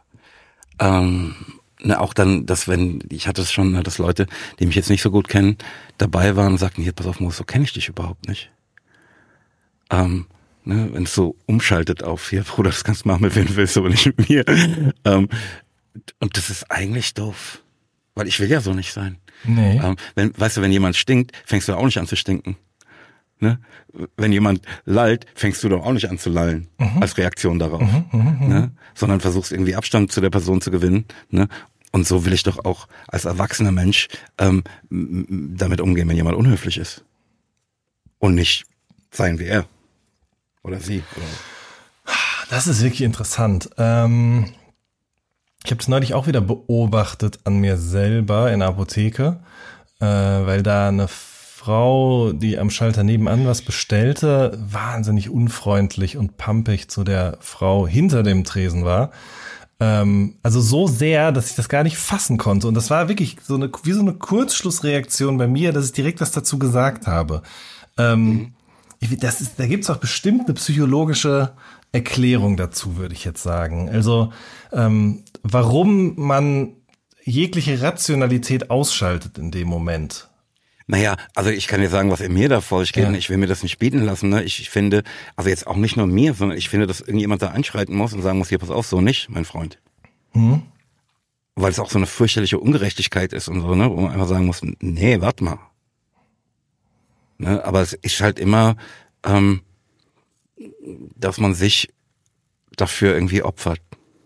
Auch dann, ich hatte es schon, dass Leute, die mich jetzt nicht so gut kennen, dabei waren und sagten, hier, pass auf, Mo, so kenne ich dich überhaupt nicht. Wenn es so umschaltet auf, hier, Bruder, das kannst du machen, mit wem du willst, aber nicht mit mir. Und das ist eigentlich doof. Weil ich will ja so nicht sein. Nee. Wenn jemand stinkt, fängst du auch nicht an zu stinken. Ne? Wenn jemand lallt, fängst du doch auch nicht an zu lallen, als Reaktion darauf. Ne? Sondern versuchst irgendwie Abstand zu der Person zu gewinnen. Ne? Und so will ich doch auch als erwachsener Mensch damit umgehen, wenn jemand unhöflich ist. Und nicht sein wie er. Oder sie. Oder. Das ist wirklich interessant. Ich habe es neulich auch wieder beobachtet an mir selber in der Apotheke, weil da eine Frau, die am Schalter nebenan was bestellte, wahnsinnig unfreundlich und pampig zu der Frau hinter dem Tresen war. Also so sehr, dass ich das gar nicht fassen konnte. Und das war wirklich wie so eine Kurzschlussreaktion bei mir, dass ich direkt was dazu gesagt habe. Da gibt's auch bestimmt eine psychologische Erklärung dazu, würde ich jetzt sagen. Also warum man jegliche Rationalität ausschaltet in dem Moment. Naja, also ich kann dir sagen, was in mir da vor sich geht. Ja. Ich will mir das nicht bieten lassen. Ne? Ich finde, also jetzt auch nicht nur mir, sondern ich finde, dass irgendjemand da einschreiten muss und sagen muss, hier, pass auf, so nicht, mein Freund. Weil es auch so eine fürchterliche Ungerechtigkeit ist und so, ne, wo man einfach sagen muss, nee, warte mal. Ne? Aber es ist halt immer, dass man sich dafür irgendwie opfert.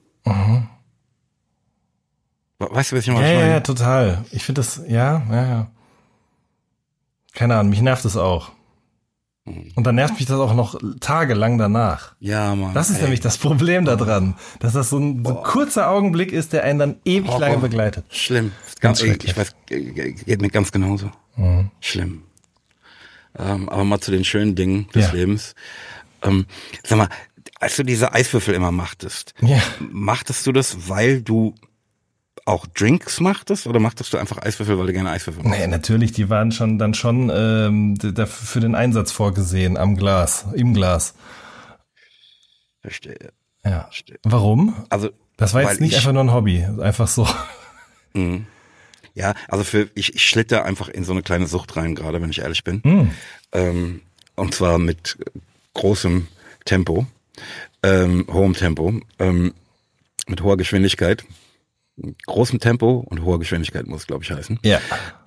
Weißt du, was ich mal meine? Ja, total. Ich finde das, ja. Keine Ahnung, mich nervt es auch. Und dann nervt mich das auch noch tagelang danach. Ja, Mann. Das ist nämlich das Problem daran, dass das so ein kurzer Augenblick ist, der einen dann ewig lange begleitet. Schlimm. Ganz schrecklich. Ich weiß, geht mir ganz genauso. Schlimm. Aber mal zu den schönen Dingen des Lebens. Sag mal, als du diese Eiswürfel immer machtest, machtest du das, weil du auch Drinks machtest oder machtest du einfach Eiswürfel, weil du gerne Eiswürfel machst? Nee, natürlich, die waren dann schon für den Einsatz vorgesehen im Glas. Verstehe. Ja. Warum? Also das war jetzt nicht einfach nur ein Hobby, einfach so. Ja, also ich schlitter einfach in so eine kleine Sucht rein, gerade wenn ich ehrlich bin. Und zwar mit großem Tempo, hohem Tempo, mit hoher Geschwindigkeit. Großem Tempo und hoher Geschwindigkeit muss, glaube ich, heißen. Ja.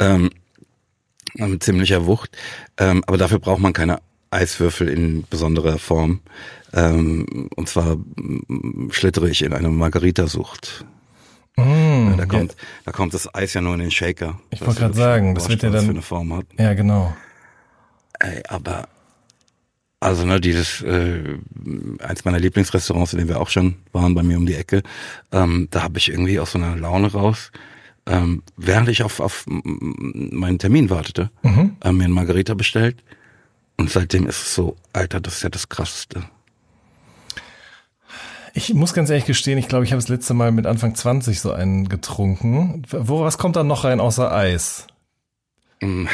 Mit ziemlicher Wucht. Aber dafür braucht man keine Eiswürfel in besonderer Form. Und zwar schlittere ich in eine Margarita-Sucht. Da kommt das Eis ja nur in den Shaker. Ich wollte gerade sagen, das wird ja dann für eine Form hat. Ja, genau. Aber also dieses eins meiner Lieblingsrestaurants, in dem wir auch schon waren, bei mir um die Ecke, da habe ich irgendwie aus so einer Laune raus, während ich auf meinen Termin wartete, mir einen Margarita bestellt. Und seitdem ist es so, Alter, das ist ja das Krasseste. Ich muss ganz ehrlich gestehen, ich glaube, ich habe das letzte Mal mit Anfang 20 so einen getrunken. Was kommt da noch rein außer Eis? Die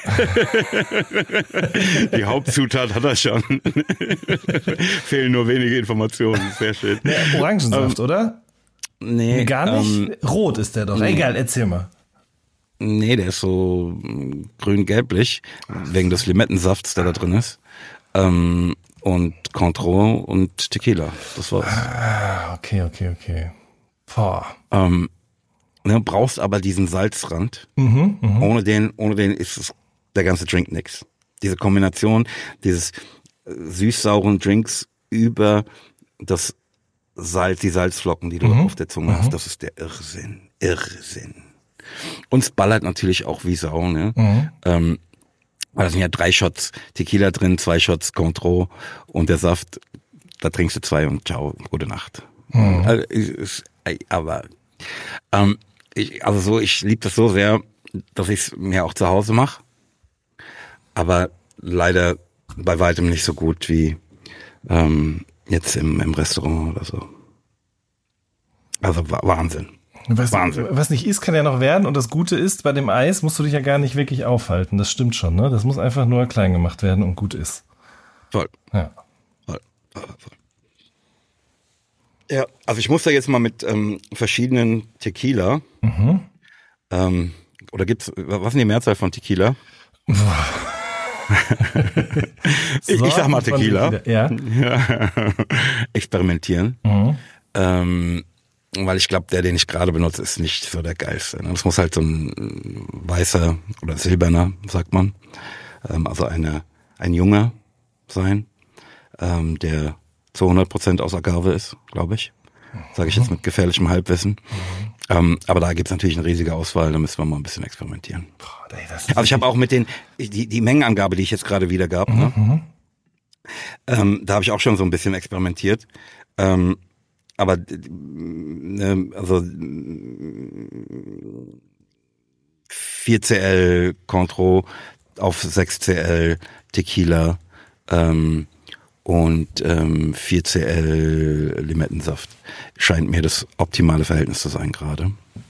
Hauptzutat hat er schon. Fehlen nur wenige Informationen. Sehr schön. Nee, Orangensaft, oder? Nee. Gar nicht? Rot ist der doch. Egal, erzähl mal. Nee, der ist so grün-gelblich, wegen des Limettensafts, der da drin ist. Und Cointreau und Tequila. Das war's. Okay. Boah. Du brauchst aber diesen Salzrand. Ohne den ist es der ganze Drink nix. Diese Kombination dieses süß-sauren Drinks über das Salz, die Salzflocken, die du auf der Zunge hast, das ist der Irrsinn. Und es ballert natürlich auch wie Sau, ne? Weil da sind ja 3 Shots Tequila drin, 2 Shots Cointreau und der Saft, da trinkst du 2 und ciao, gute Nacht. Ich liebe das so sehr, dass ich es mir auch zu Hause mache. Aber leider bei weitem nicht so gut wie jetzt im Restaurant oder so. Also Wahnsinn. Wahnsinn. Was nicht ist, kann ja noch werden. Und das Gute ist, bei dem Eis musst du dich ja gar nicht wirklich aufhalten. Das stimmt schon, ne? Das muss einfach nur klein gemacht werden und gut ist. Voll. Ja. Voll. Ja, also ich muss da jetzt mal mit verschiedenen Tequila. Oder gibt's, was ist die Mehrzahl von Tequila? ich sag mal Tequila. Ja. Experimentieren. Weil ich glaube, den ich gerade benutze, ist nicht so der geilste. Das muss halt so ein weißer oder silberner, sagt man. Also ein junger sein, der zu 100% aus Agave ist, glaube ich. Sage ich jetzt mit gefährlichem Halbwissen. Aber da gibt's natürlich eine riesige Auswahl, da müssen wir mal ein bisschen experimentieren. Also ich habe auch mit die Mengenangabe, die ich jetzt gerade wieder gab, ne? Da habe ich auch schon so ein bisschen experimentiert. Aber also 4 CL Cointreau, auf 6cl Tequila und 4cl Limettensaft. Scheint mir das optimale Verhältnis zu sein gerade.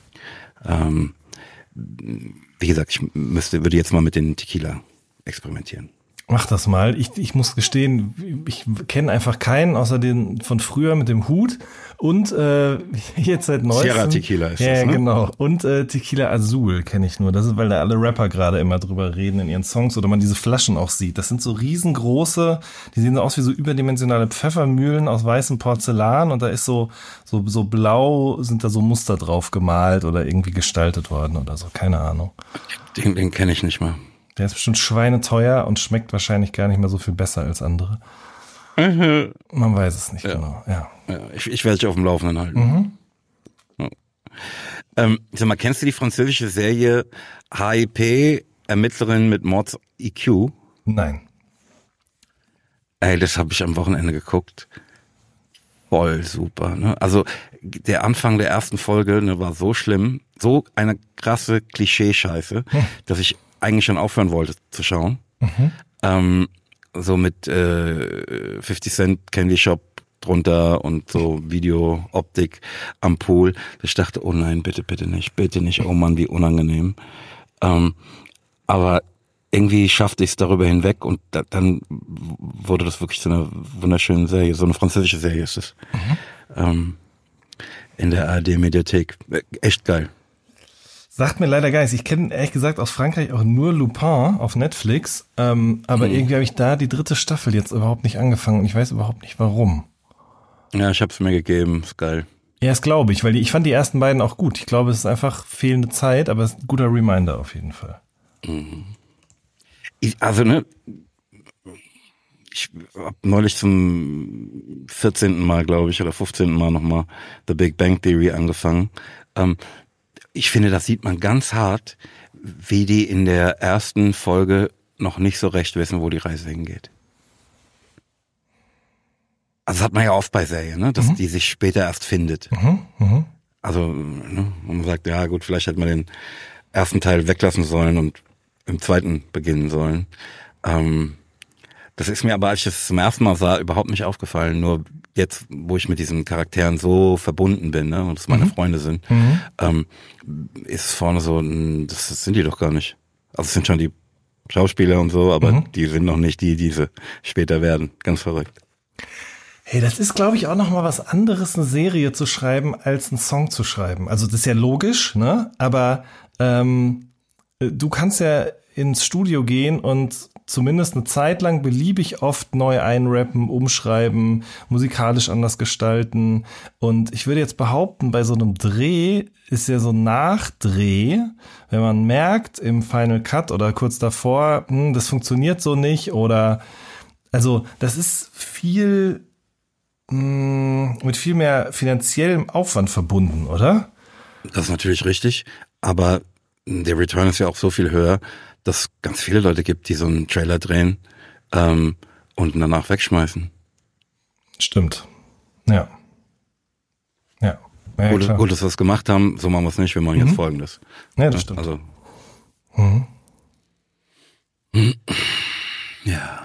Wie gesagt, ich würde jetzt mal mit den Tequila experimentieren. Mach das mal. Ich muss gestehen, ich kenne einfach keinen, außer den von früher mit dem Hut und jetzt seit neuestem. Sierra Tequila ist das, ne? Ja, genau. Und Tequila Azul kenne ich nur. Das ist, weil da alle Rapper gerade immer drüber reden in ihren Songs oder man diese Flaschen auch sieht. Das sind so riesengroße, die sehen so aus wie so überdimensionale Pfeffermühlen aus weißem Porzellan und da ist so blau, sind da so Muster drauf gemalt oder irgendwie gestaltet worden oder so. Keine Ahnung. Den kenne ich nicht mal. Der ist bestimmt schweineteuer und schmeckt wahrscheinlich gar nicht mehr so viel besser als andere. Man weiß es nicht genau. Ja. Ich werde dich auf dem Laufenden halten. Ja. Ich sag mal, kennst du die französische Serie HIP, Ermittlerin mit Mords-IQ? Nein. Ey, das habe ich am Wochenende geguckt. Voll super. Ne? Also der Anfang der ersten Folge war so schlimm, so eine krasse Klischee-Scheiße, dass ich eigentlich schon aufhören wollte zu schauen. So mit 50 Cent Candy Shop drunter und so Video-Optik am Pool. Ich dachte, oh nein, bitte nicht, oh Mann, wie unangenehm. Aber irgendwie schaffte ich es darüber hinweg und dann wurde das wirklich so eine wunderschöne Serie, so eine französische Serie ist es. In der ARD-Mediathek. Echt geil. Sagt mir leider gar nichts. Ich kenne ehrlich gesagt aus Frankreich auch nur Lupin auf Netflix, aber irgendwie habe ich da die 3. Staffel jetzt überhaupt nicht angefangen und ich weiß überhaupt nicht warum. Ja, ich habe es mir gegeben, ist geil. Ja, das glaube ich, weil ich fand die ersten beiden auch gut. Ich glaube, es ist einfach fehlende Zeit, aber es ist ein guter Reminder auf jeden Fall. Ich habe neulich zum 14. Mal, glaube ich, oder 15. Mal nochmal The Big Bang Theory angefangen. Ich finde, das sieht man ganz hart, wie die in der ersten Folge noch nicht so recht wissen, wo die Reise hingeht. Also das hat man ja oft bei Serien, ne? Dass die sich später erst findet. Also, ne? Man sagt, ja gut, vielleicht hätte man den ersten Teil weglassen sollen und im zweiten beginnen sollen. Das ist mir aber, als ich das zum ersten Mal sah, überhaupt nicht aufgefallen. Nur jetzt, wo ich mit diesen Charakteren so verbunden bin, ne, und es meine Freunde sind, ist vorne so, das sind die doch gar nicht. Also es sind schon die Schauspieler und so, aber die sind noch nicht die sie später werden. Ganz verrückt. Hey, das ist, glaube ich, auch noch mal was anderes, eine Serie zu schreiben, als einen Song zu schreiben. Also das ist ja logisch, ne? Aber du kannst ja ins Studio gehen und zumindest eine Zeit lang beliebig oft neu einrappen, umschreiben, musikalisch anders gestalten. Und ich würde jetzt behaupten, bei so einem Dreh ist ja so ein Nachdreh, wenn man merkt im Final Cut oder kurz davor, das funktioniert so nicht oder also das ist viel mit viel mehr finanziellem Aufwand verbunden, oder? Das ist natürlich richtig, aber der Return ist ja auch so viel höher, dass es ganz viele Leute gibt, die so einen Trailer drehen und danach wegschmeißen. Stimmt. Ja. Gut, dass wir es gemacht haben, so machen wir es nicht, wir machen jetzt Folgendes. Ja, das stimmt. Also. Ja.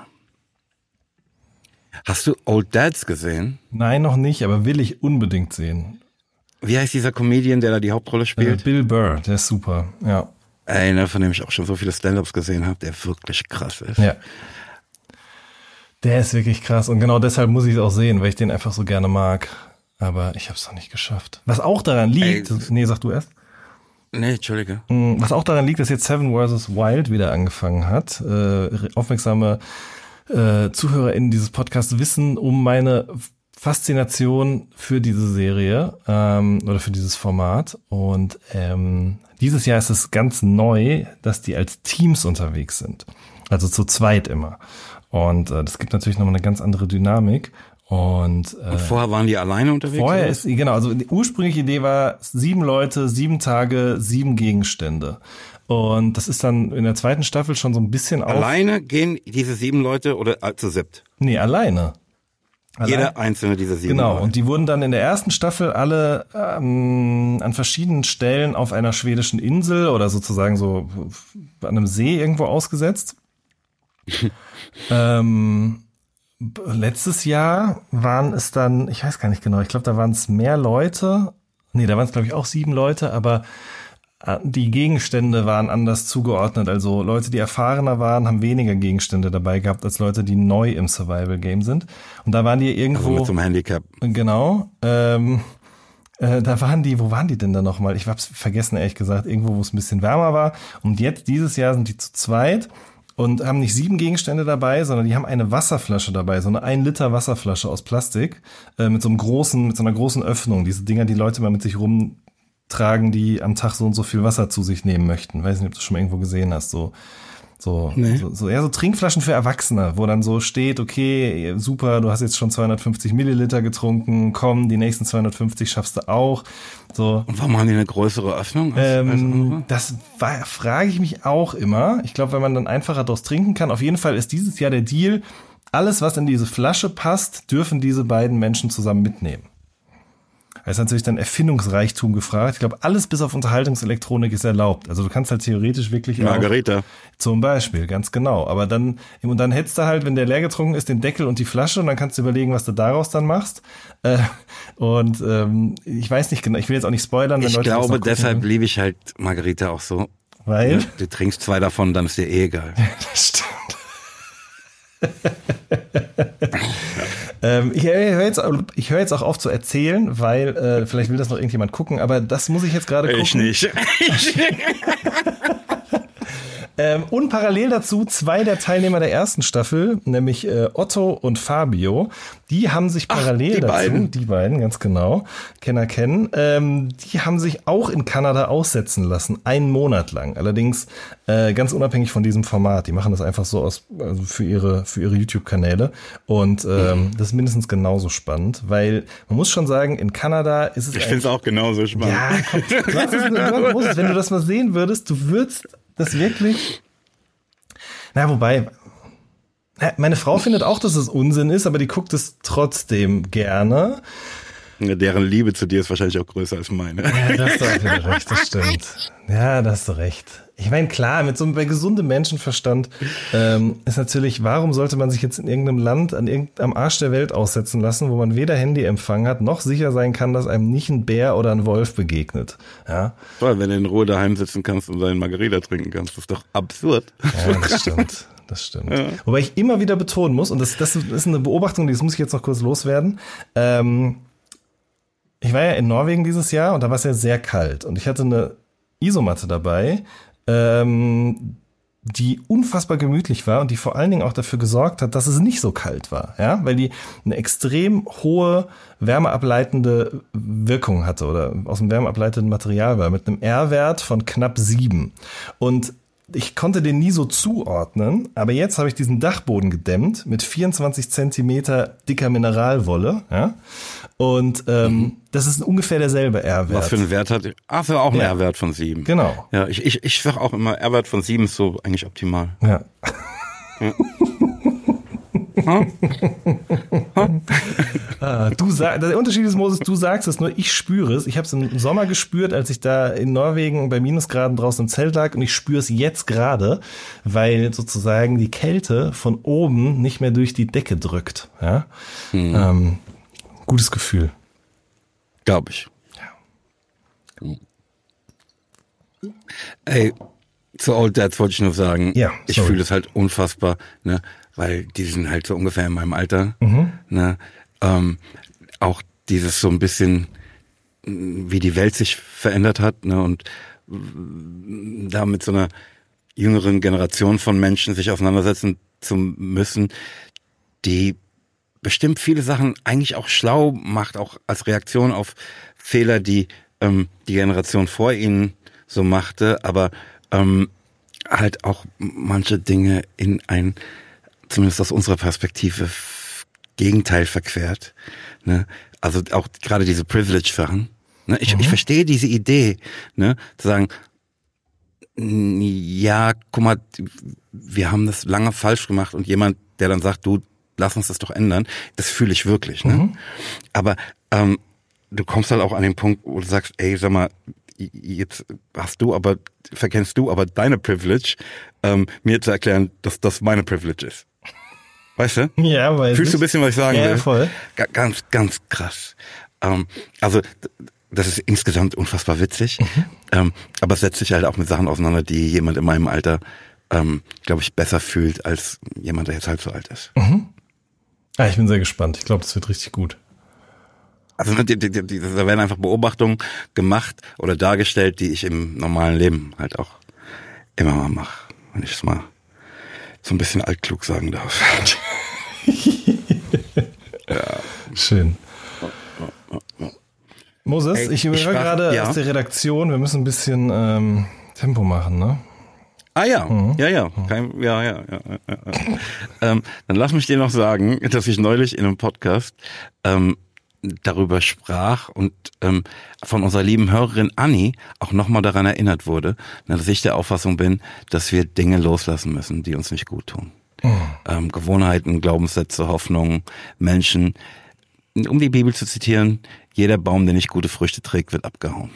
Hast du Old Dads gesehen? Nein, noch nicht, aber will ich unbedingt sehen. Wie heißt dieser Comedian, der da die Hauptrolle spielt? Bill Burr, der ist super, ja. Einer, von dem ich auch schon so viele Stand-Ups gesehen habe, der wirklich krass ist. Ja. Der ist wirklich krass und genau deshalb muss ich es auch sehen, weil ich den einfach so gerne mag. Aber ich habe es noch nicht geschafft. Was auch daran liegt, sag du erst. Nee, Entschuldige. Was auch daran liegt, dass jetzt Seven vs. Wild wieder angefangen hat. Aufmerksame ZuhörerInnen dieses Podcasts wissen um meine Faszination für diese Serie oder für dieses Format. Und dieses Jahr ist es ganz neu, dass die als Teams unterwegs sind. Also zu zweit immer. Und das gibt natürlich nochmal eine ganz andere Dynamik. Und vorher waren die alleine unterwegs? Vorher ist, genau, also die ursprüngliche Idee war 7 Leute, 7 Tage, 7 Gegenstände. Und das ist dann in der zweiten Staffel schon so ein bisschen Alleine gehen diese 7 Leute oder zu 7? Nee, alleine. Jeder einzelne dieser 7. Genau, und die wurden dann in der ersten Staffel alle an verschiedenen Stellen auf einer schwedischen Insel oder sozusagen so an einem See irgendwo ausgesetzt. Letztes Jahr waren es dann, ich weiß gar nicht genau, ich glaube, da waren es mehr Leute. Nee, da waren es, glaube ich, auch 7 Leute, aber die Gegenstände waren anders zugeordnet. Also Leute, die erfahrener waren, haben weniger Gegenstände dabei gehabt, als Leute, die neu im Survival-Game sind. Und da waren die irgendwo... Also mit so einem Handicap. Genau. Da waren die, wo waren die denn da nochmal? Ich hab's vergessen, ehrlich gesagt. Irgendwo, wo es ein bisschen wärmer war. Und jetzt, dieses Jahr, sind die zu zweit und haben nicht 7 Gegenstände dabei, sondern die haben eine Wasserflasche dabei. So eine 1 Liter Wasserflasche aus Plastik mit so einer großen Öffnung. Diese Dinger, die Leute mal mit sich rumtragen, die am Tag so und so viel Wasser zu sich nehmen möchten. Weiß nicht, ob du das schon mal irgendwo gesehen hast. So Trinkflaschen für Erwachsene, wo dann so steht, okay, super, du hast jetzt schon 250 Milliliter getrunken, komm, die nächsten 250 schaffst du auch. So. Und warum haben die eine größere Öffnung als andere? Das frage ich mich auch immer. Ich glaube, wenn man dann einfacher daraus trinken kann. Auf jeden Fall ist dieses Jahr der Deal, alles, was in diese Flasche passt, dürfen diese beiden Menschen zusammen mitnehmen. Da ist natürlich dann Erfindungsreichtum gefragt. Ich glaube, alles bis auf Unterhaltungselektronik ist erlaubt. Also du kannst halt theoretisch wirklich Margarita. Zum Beispiel, ganz genau. Aber dann hättest du halt, wenn der leer getrunken ist, den Deckel und die Flasche und dann kannst du überlegen, was du daraus dann machst. Ich weiß nicht genau, ich will jetzt auch nicht spoilern. Wenn Leute glaube, deshalb liebe ich halt Margarita auch so. Weil? Du trinkst 2 davon, dann ist dir eh egal. Das stimmt. Ich höre jetzt auch auf zu erzählen, weil vielleicht will das noch irgendjemand gucken, aber das muss ich jetzt gerade gucken. Ich nicht. Und parallel dazu 2 der Teilnehmer der ersten Staffel, nämlich Otto und Fabio, die haben sich parallel die beiden, ganz genau, Kenner kennen, die haben sich auch in Kanada aussetzen lassen, 1 Monat lang. Allerdings ganz unabhängig von diesem Format. Die machen das einfach so für ihre YouTube-Kanäle. Und das ist mindestens genauso spannend, weil man muss schon sagen, in Kanada ist es... Ich finde es auch genauso spannend. Ja, wenn du das mal sehen würdest, du würdest das wirklich... wobei... Meine Frau findet auch, dass es Unsinn ist, aber die guckt es trotzdem gerne. Deren Liebe zu dir ist wahrscheinlich auch größer als meine. Ja, da hast du auch wieder recht, das stimmt. Ja, da hast du recht. Ich meine, klar, bei gesundem Menschenverstand ist natürlich, warum sollte man sich jetzt in irgendeinem Land am Arsch der Welt aussetzen lassen, wo man weder Handyempfang hat, noch sicher sein kann, dass einem nicht ein Bär oder ein Wolf begegnet. Ja. Toll, wenn du in Ruhe daheim sitzen kannst und seinen Margarita trinken kannst, das ist doch absurd. Ja, das stimmt. Das stimmt. Ja. Wobei ich immer wieder betonen muss, und das ist eine Beobachtung, die muss ich jetzt noch kurz loswerden. Ich war ja in Norwegen dieses Jahr und da war es ja sehr kalt. Und ich hatte eine Isomatte dabei, die unfassbar gemütlich war und die vor allen Dingen auch dafür gesorgt hat, dass es nicht so kalt war. Ja, weil die eine extrem hohe wärmeableitende Wirkung hatte oder aus dem wärmeableitenden Material war, mit einem R-Wert von knapp 7. Und ich konnte den nie so zuordnen, aber jetzt habe ich diesen Dachboden gedämmt mit 24 Zentimeter dicker Mineralwolle, ja, und das ist ungefähr derselbe R-Wert. Was für einen Wert hat? Für auch einen R-Wert von 7. Genau. Ja, ich sag auch immer, R-Wert von 7 ist so eigentlich optimal. Ja. Der Unterschied ist, Moses, du sagst es nur, ich spüre es. Ich habe es im Sommer gespürt, als ich da in Norwegen bei Minusgraden draußen im Zelt lag, und ich spüre es jetzt gerade, weil sozusagen die Kälte von oben nicht mehr durch die Decke drückt. Ja? Gutes Gefühl. Glaube ich. Ja. Ey, zu Old Dads wollte ich nur sagen, ich fühle es halt unfassbar, ne, weil die sind halt so ungefähr in meinem Alter, ne, auch dieses so ein bisschen, wie die Welt sich verändert hat, ne, und da mit so einer jüngeren Generation von Menschen sich auseinandersetzen zu müssen, die bestimmt viele Sachen eigentlich auch schlau macht, auch als Reaktion auf Fehler, die die Generation vor ihnen so machte, aber halt auch manche Dinge in ein, zumindest aus unserer Perspektive, Gegenteil verquert. Ne? Also auch gerade diese Privilege-Sachen. Ne? Ich verstehe diese Idee, ne? Zu sagen, ja, guck mal, wir haben das lange falsch gemacht, und jemand, der dann sagt, du lass uns das doch ändern. Das fühle ich wirklich, ne? Aber du kommst halt auch an den Punkt, wo du sagst, ey, sag mal, jetzt verkennst du aber deine Privilege, mir zu erklären, dass das meine Privilege ist. Weißt du? Ja, weiß Fühlst du ein bisschen, was ich sagen will? Ja, voll. Ganz, ganz krass. Also, das ist insgesamt unfassbar witzig. Aber es setzt sich halt auch mit Sachen auseinander, die jemand in meinem Alter, glaube ich, besser fühlt als jemand, der jetzt halb so alt ist. Ich bin sehr gespannt. Ich glaube, das wird richtig gut. Also da werden einfach Beobachtungen gemacht oder dargestellt, die ich im normalen Leben halt auch immer mal mache, wenn ich es mal so ein bisschen altklug sagen darf. Ja. Schön. Moses, ich höre gerade aus der Redaktion, wir müssen ein bisschen Tempo machen, ne? Ah ja, ja. Dann lass mich dir noch sagen, dass ich neulich in einem Podcast darüber sprach und von unserer lieben Hörerin Anni auch nochmal daran erinnert wurde, dass ich der Auffassung bin, dass wir Dinge loslassen müssen, die uns nicht gut tun. Gewohnheiten, Glaubenssätze, Hoffnungen, Menschen. Um die Bibel zu zitieren, jeder Baum, der nicht gute Früchte trägt, wird abgehauen.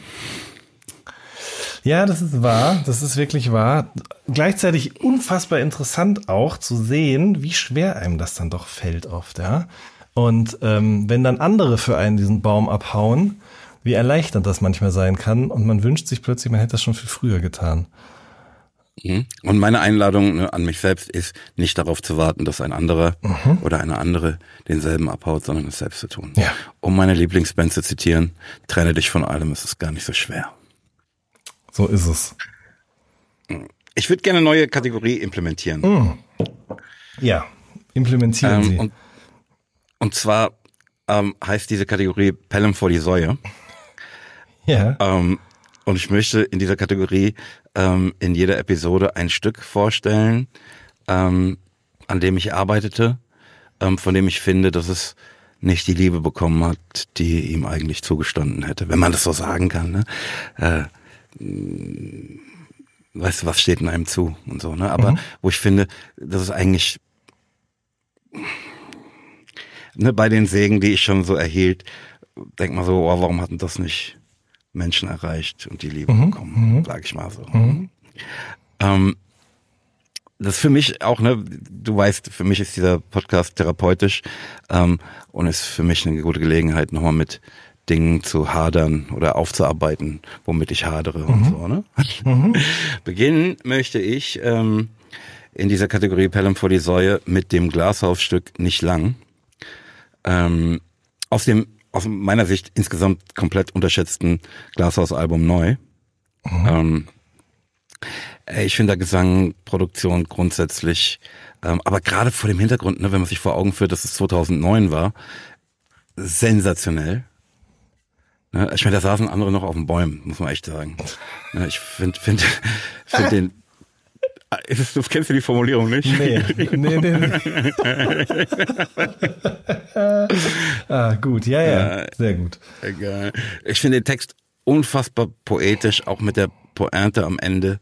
Ja, das ist wahr. Das ist wirklich wahr. Gleichzeitig unfassbar interessant auch zu sehen, wie schwer einem das dann doch fällt oft, ja. Und wenn dann andere für einen diesen Baum abhauen, wie erleichternd das manchmal sein kann. Und man wünscht sich plötzlich, man hätte das schon viel früher getan. Und meine Einladung an mich selbst ist, nicht darauf zu warten, dass ein anderer oder eine andere denselben abhaut, sondern es selbst zu tun. Ja. Um meine Lieblingsband zu zitieren, trenne dich von allem, es ist gar nicht so schwer. So ist es. Ich würde gerne eine neue Kategorie implementieren. Ja, implementieren Sie. Und zwar heißt diese Kategorie Pelham vor die Säue. Ja. Und ich möchte in dieser Kategorie in jeder Episode ein Stück vorstellen, an dem ich arbeitete, von dem ich finde, dass es nicht die Liebe bekommen hat, die ihm eigentlich zugestanden hätte. Wenn man das so sagen kann, ne? Weißt du, was steht in einem zu und so, ne? Aber wo ich finde, das ist eigentlich bei den Segen, die ich schon so erhielt, denk mal so, warum hatten das nicht Menschen erreicht und die Liebe bekommen, sag ich mal so. Das ist für mich auch, ne, du weißt, für mich ist dieser Podcast therapeutisch und ist für mich eine gute Gelegenheit, nochmal mit Dingen zu hadern oder aufzuarbeiten, womit ich hadere und so, ne? Beginnen möchte ich in dieser Kategorie Pelham vor die Säue mit dem Glashausstück Nicht lang. Aus meiner Sicht insgesamt komplett unterschätzten Glashaus-Album Neu. Ich finde da Gesang, Produktion grundsätzlich, aber gerade vor dem Hintergrund, ne, wenn man sich vor Augen führt, dass es 2009 war, sensationell. Ne, ich meine, da saßen andere noch auf den Bäumen, muss man echt sagen. Ne, ich finde den... Kennst du die Formulierung nicht? Nee. Gut, ja, sehr gut. Egal. Ich finde den Text unfassbar poetisch, auch mit der Pointe am Ende.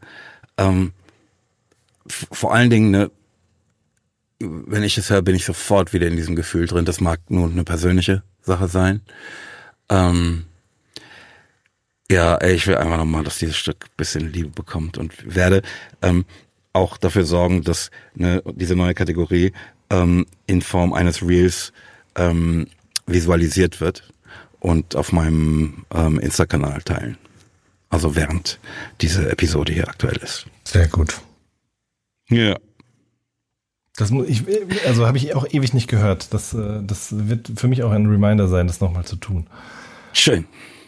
Vor allen Dingen, ne, wenn ich es höre, bin ich sofort wieder in diesem Gefühl drin. Das mag nur eine persönliche Sache sein. Ich will einfach nochmal, dass dieses Stück ein bisschen Liebe bekommt und werde auch dafür sorgen, dass diese neue Kategorie in Form eines Reels visualisiert wird und auf meinem Insta-Kanal teilen. Also während diese Episode hier aktuell ist. Sehr gut. Ja. Habe ich auch ewig nicht gehört. Das wird für mich auch ein Reminder sein, das nochmal zu tun. Schön.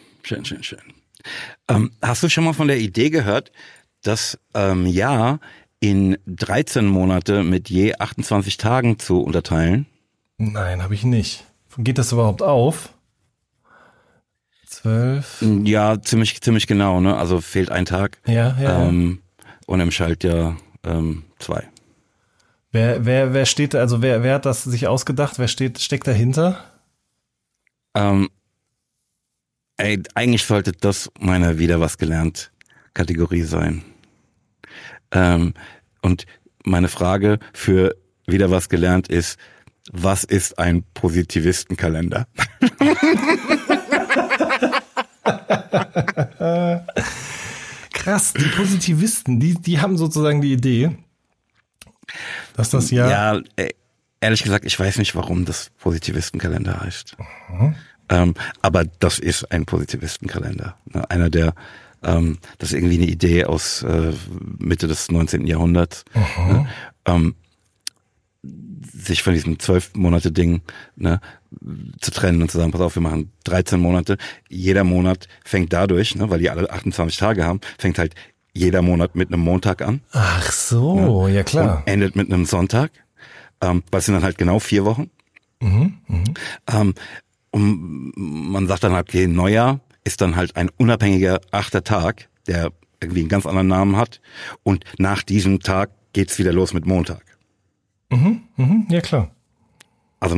Hast du schon mal von der Idee gehört, das Jahr in 13 Monate mit je 28 Tagen zu unterteilen? Nein, habe ich nicht. Geht das überhaupt auf? 12? Ja, ziemlich genau, ne? Also fehlt ein Tag. Ja. Und im Schaltjahr 2. Wer steht da, also wer hat das sich ausgedacht? Wer steckt dahinter? Eigentlich sollte das meine Wieder was gelernt Kategorie sein. Und meine Frage für Wieder was gelernt ist, Was ist ein Positivistenkalender? Krass, die Positivisten, die haben sozusagen die Idee, dass das Jahr... Ja, ehrlich gesagt, ich weiß nicht, warum das Positivistenkalender heißt. Aber das ist ein Positivistenkalender. Einer der, das ist irgendwie eine Idee aus Mitte des 19. Jahrhunderts. Sich von diesem 12-Monate-Ding zu trennen und zu sagen, pass auf, wir machen 13 Monate. Jeder Monat fängt dadurch, weil die alle 28 Tage haben, fängt halt jeder Monat mit einem Montag an. Ach so, ja klar. Und endet mit einem Sonntag. Weil es sind dann halt genau 4 Wochen. Und man sagt dann halt, okay, Neujahr ist dann halt ein unabhängiger 8. Tag, der irgendwie einen ganz anderen Namen hat. Und nach diesem Tag geht's wieder los mit Montag. Ja klar. Also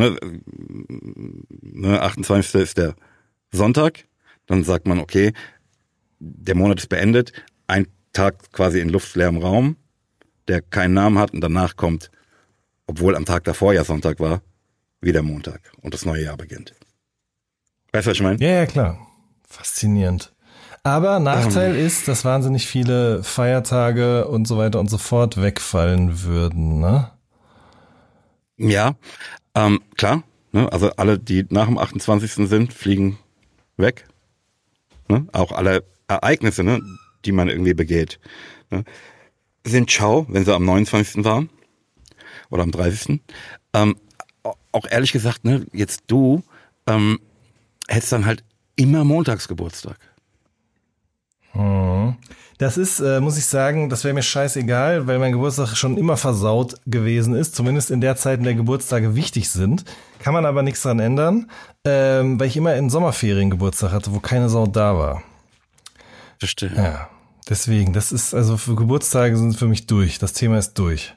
28. ist der Sonntag. Dann sagt man, okay, der Monat ist beendet. Ein Tag quasi in luftleerem Raum, der keinen Namen hat. Und danach kommt, obwohl am Tag davor ja Sonntag war, wieder Montag. Und das neue Jahr beginnt. Weißt du, was ich meine? Ja, klar. Faszinierend. Aber Nachteil ist, dass wahnsinnig viele Feiertage und so weiter und so fort wegfallen würden, ne? Ja, klar. Ne? Also alle, die nach dem 28. sind, fliegen weg. Ne? Auch alle Ereignisse, ne, die man irgendwie begeht, ne, sind ciao, wenn sie am 29. waren oder am 30. Auch ehrlich gesagt, ne, jetzt du hättest dann halt immer Montagsgeburtstag. Das ist, muss ich sagen, das wäre mir scheißegal, weil mein Geburtstag schon immer versaut gewesen ist, zumindest in der Zeit, in der Geburtstage wichtig sind. Kann man aber nichts dran ändern, weil ich immer in Sommerferien Geburtstag hatte, wo keine Sau da war. Verstehe. Ja, deswegen, das ist, also für Geburtstage sind für mich durch. Das Thema ist durch.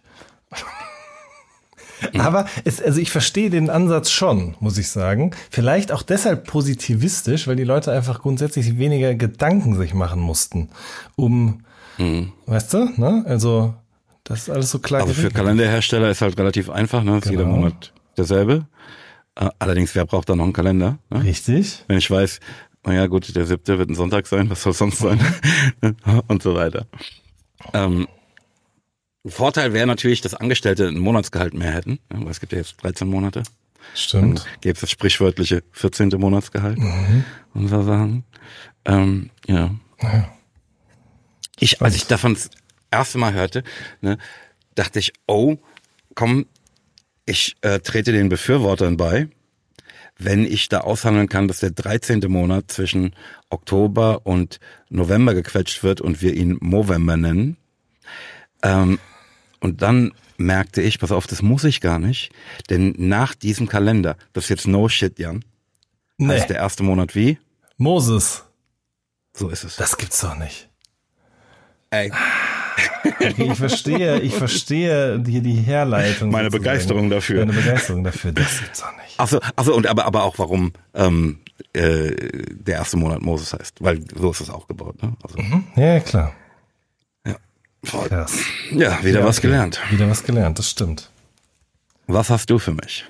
Aber also ich verstehe den Ansatz schon, muss ich sagen. Vielleicht auch deshalb positivistisch, weil die Leute einfach grundsätzlich weniger Gedanken sich machen mussten, weißt du, ne? Also das ist alles so klar. Also für Kalenderhersteller ist halt relativ einfach, ne? Ist jeder Monat derselbe. Allerdings, wer braucht da noch einen Kalender? Ne? Richtig. Wenn ich weiß, naja gut, der 7. wird ein Sonntag sein, was soll sonst sein? Und so weiter. Vorteil wäre natürlich, dass Angestellte ein Monatsgehalt mehr hätten, weil es gibt ja jetzt 13 Monate. Stimmt. Dann gäbe es das sprichwörtliche 14. Monatsgehalt und so Sachen. Ja. Als ich davon das erste Mal hörte, ne, dachte ich, oh, komm, ich trete den Befürwortern bei, wenn ich da aushandeln kann, dass der 13. Monat zwischen Oktober und November gequetscht wird und wir ihn Movember nennen. Und dann merkte ich, pass auf, das muss ich gar nicht, denn nach diesem Kalender, das ist jetzt no shit, Jan, heißt der erste Monat wie? Moses. So ist es. Das gibt's doch nicht. Ey. Okay, ich verstehe die Herleitung. Meine Begeisterung dafür. Deine Begeisterung dafür, das gibt's doch nicht. Achso, und aber auch warum der erste Monat Moses heißt, weil so ist es auch gebaut, ne? Also, ja, klar. Voll. Krass. Ja, wieder was gelernt. Wieder was gelernt, das stimmt. Was hast du für mich?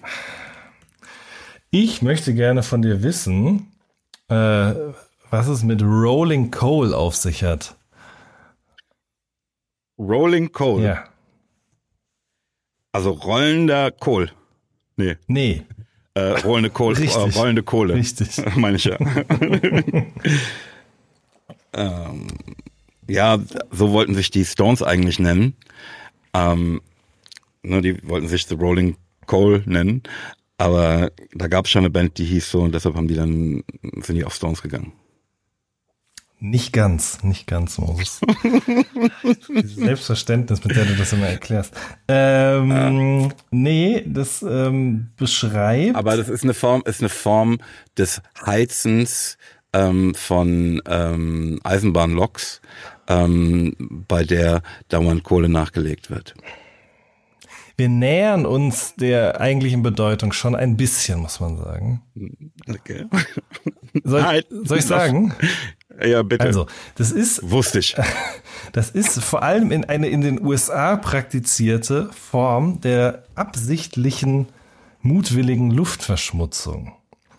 Ich möchte gerne von dir wissen, was es mit Rolling Coal auf sich hat. Rolling Coal? Ja. Also rollender Kohl. Nee. Rollende Kohle. Rollende Kohle. Richtig. Meine ich ja. Ja, so wollten sich die Stones eigentlich nennen. Die wollten sich The Rolling Coal nennen. Aber da gab es schon eine Band, die hieß so und deshalb sind die auf Stones gegangen. Nicht ganz, Moses. Dieses Selbstverständnis, mit der du das immer erklärst. Nee, das beschreibt. Aber das ist eine Form des Heizens von Eisenbahnloks, bei der dauernd Kohle nachgelegt wird. Wir nähern uns der eigentlichen Bedeutung schon ein bisschen, muss man sagen. Okay. Soll ich sagen? Ja, bitte. Also, wusste ich. Das ist vor allem in den USA praktizierte Form der absichtlichen mutwilligen Luftverschmutzung.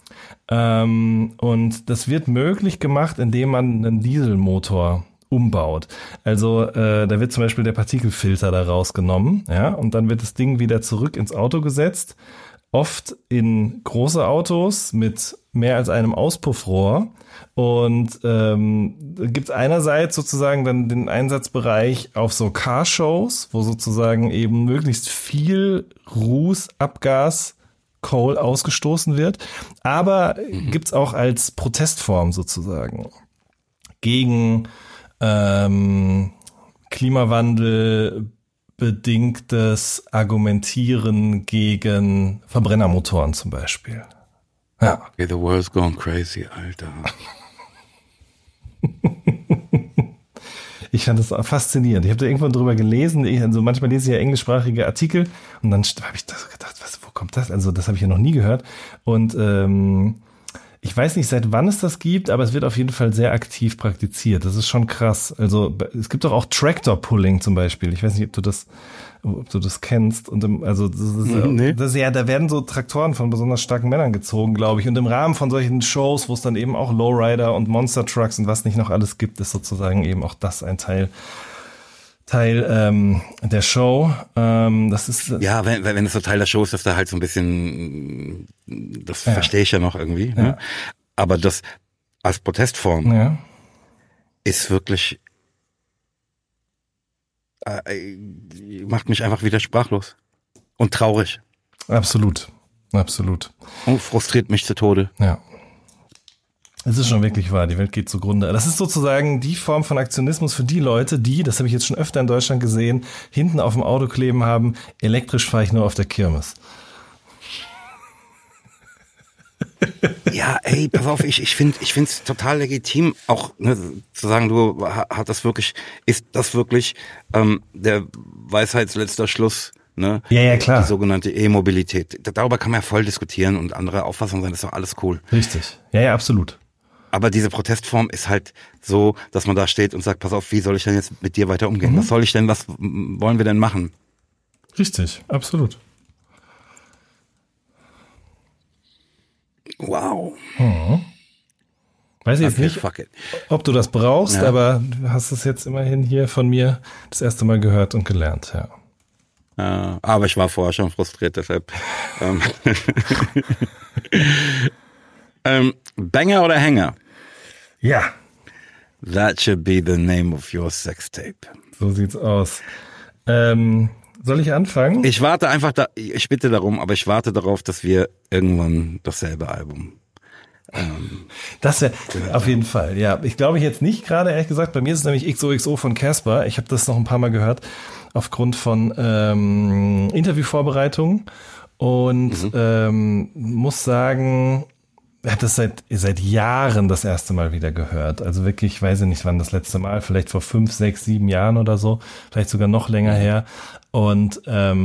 Und das wird möglich gemacht, indem man einen Dieselmotor umbaut. Also da wird zum Beispiel der Partikelfilter da rausgenommen, ja, und dann wird das Ding wieder zurück ins Auto gesetzt. Oft in große Autos mit mehr als einem Auspuffrohr. Und gibt es einerseits sozusagen dann den Einsatzbereich auf so Carshows, wo sozusagen eben möglichst viel Ruß, Abgas, Coal ausgestoßen wird. Aber gibt's auch als Protestform sozusagen gegen Klimawandel bedingtes Argumentieren gegen Verbrennermotoren zum Beispiel. Ja. Okay, the world's gone crazy, Alter. Ich fand das faszinierend. Ich habe da irgendwann drüber gelesen. Also manchmal lese ich ja englischsprachige Artikel und dann habe ich das gedacht, wo kommt das? Also das habe ich ja noch nie gehört. Und ich weiß nicht, seit wann es das gibt, aber es wird auf jeden Fall sehr aktiv praktiziert. Das ist schon krass. Also es gibt doch auch Tractor-Pulling zum Beispiel. Ich weiß nicht, ob du das kennst. Und also das ist ja, da werden so Traktoren von besonders starken Männern gezogen, glaube ich. Und im Rahmen von solchen Shows, wo es dann eben auch Lowrider und Monster Trucks und was nicht noch alles gibt, ist sozusagen eben auch das ein Teil der Show. Das ist ja, wenn es so Teil der Show ist, dass da halt so ein bisschen, das verstehe ich ja noch irgendwie. Ja. Ne? Aber das als Protestform ist wirklich macht mich einfach wieder sprachlos und traurig. Absolut. Und frustriert mich zu Tode. Ja. Es ist schon wirklich wahr, die Welt geht zugrunde. Das ist sozusagen die Form von Aktionismus für die Leute, die, das habe ich jetzt schon öfter in Deutschland gesehen, hinten auf dem Auto kleben haben, elektrisch fahre ich nur auf der Kirmes. Ja, ey, pass auf, ich find's total legitim, auch zu sagen, du ist das wirklich der Weisheitsletzter Schluss, ne? Ja, klar. Die sogenannte E-Mobilität. Darüber kann man ja voll diskutieren und andere Auffassungen sein, das ist doch alles cool. Richtig. Ja, absolut. Aber diese Protestform ist halt so, dass man da steht und sagt, pass auf, wie soll ich denn jetzt mit dir weiter umgehen? Was wollen wir denn machen? Richtig, absolut. Wow. Weiß ich jetzt nicht, ob du das brauchst, aber du hast es jetzt immerhin hier von mir das erste Mal gehört und gelernt, ja. Aber ich war vorher schon frustriert, deshalb. Banger oder Hänger? Ja. That should be the name of your sex tape. So sieht's aus. Soll ich anfangen? Ich warte einfach ich bitte darum, aber ich warte darauf, dass wir irgendwann dasselbe Album. Das wäre auf jeden Fall, ja. Ich glaube jetzt nicht gerade, ehrlich gesagt, bei mir ist es nämlich XOXO von Casper. Ich habe das noch ein paar Mal gehört, aufgrund von Interviewvorbereitungen und muss sagen, ich habe das seit Jahren das erste Mal wieder gehört. Also wirklich, ich weiß nicht, wann das letzte Mal, vielleicht vor 5, 6, 7 Jahren oder so, vielleicht sogar noch länger her. Und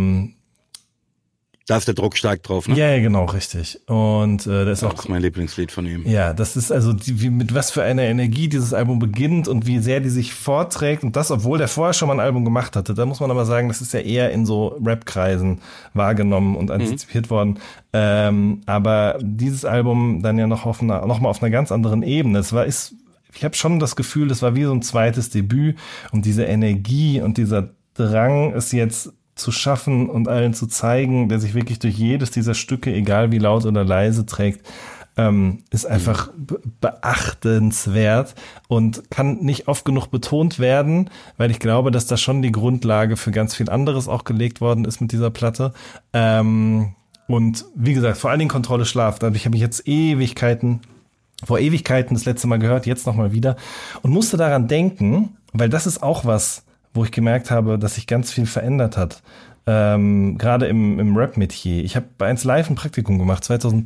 da ist der Druck stark drauf, ne? Ja, genau, richtig. Und das ist mein Lieblingslied von ihm. Ja, das ist also mit was für einer Energie dieses Album beginnt und wie sehr die sich vorträgt und das, obwohl der vorher schon mal ein Album gemacht hatte. Da muss man aber sagen, das ist ja eher in so Rap-Kreisen wahrgenommen und antizipiert worden. Aber dieses Album dann ja noch mal auf einer ganz anderen Ebene. Ich habe schon das Gefühl, das war wie so ein zweites Debüt und diese Energie und dieser Drang, es jetzt zu schaffen und allen zu zeigen, der sich wirklich durch jedes dieser Stücke, egal wie laut oder leise trägt, ist einfach beachtenswert und kann nicht oft genug betont werden, weil ich glaube, dass da schon die Grundlage für ganz viel anderes auch gelegt worden ist mit dieser Platte. Und wie gesagt, vor allen Dingen Kontrolle Schlaf. Da habe ich jetzt vor Ewigkeiten das letzte Mal gehört, jetzt nochmal wieder und musste daran denken, weil das ist auch was, wo ich gemerkt habe, dass sich ganz viel verändert hat. Gerade im Rap-Metier. Ich habe bei 1 Live ein Praktikum gemacht,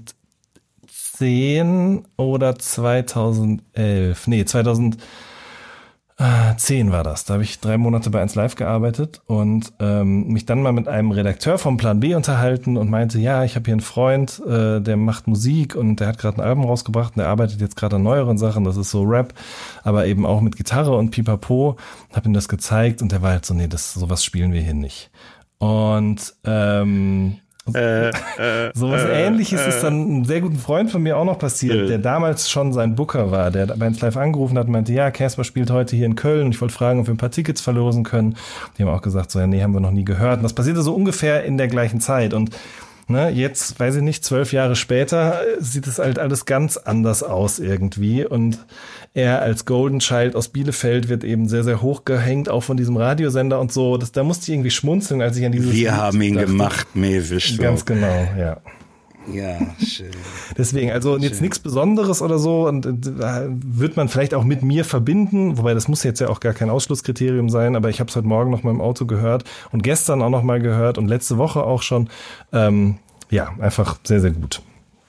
2010 oder 2011. Nee, 2010 war das. Da habe ich 3 Monate bei 1 Live gearbeitet und mich dann mal mit einem Redakteur vom Plan B unterhalten und meinte, ja, ich habe hier einen Freund, der macht Musik und der hat gerade ein Album rausgebracht und der arbeitet jetzt gerade an neueren Sachen, das ist so Rap, aber eben auch mit Gitarre und Pipapo. Hab ihm das gezeigt und der war halt so, nee, sowas spielen wir hier nicht. Und Sowas Ähnliches ist dann einem sehr guten Freund von mir auch noch passiert, der damals schon sein Booker war, der bei uns live angerufen hat und meinte, ja, Casper spielt heute hier in Köln und ich wollte fragen, ob wir ein paar Tickets verlosen können. Die haben auch gesagt, so, ja, nee, haben wir noch nie gehört. Und das passierte so ungefähr in der gleichen Zeit. Und jetzt, weiß ich nicht, 12 Jahre später sieht es halt alles ganz anders aus irgendwie. Und er als Golden Child aus Bielefeld wird eben sehr, sehr hoch gehängt, auch von diesem Radiosender und so. Da musste ich irgendwie schmunzeln, als ich an dieses Wir haben ihn gemacht, mäßig. So. Ganz genau, ja. Ja, schön. Deswegen, also jetzt nichts Besonderes oder so und da wird man vielleicht auch mit mir verbinden, wobei das muss jetzt ja auch gar kein Ausschlusskriterium sein, aber ich habe es heute Morgen noch mal im Auto gehört und gestern auch noch mal gehört und letzte Woche auch schon. Ja, einfach sehr, sehr gut.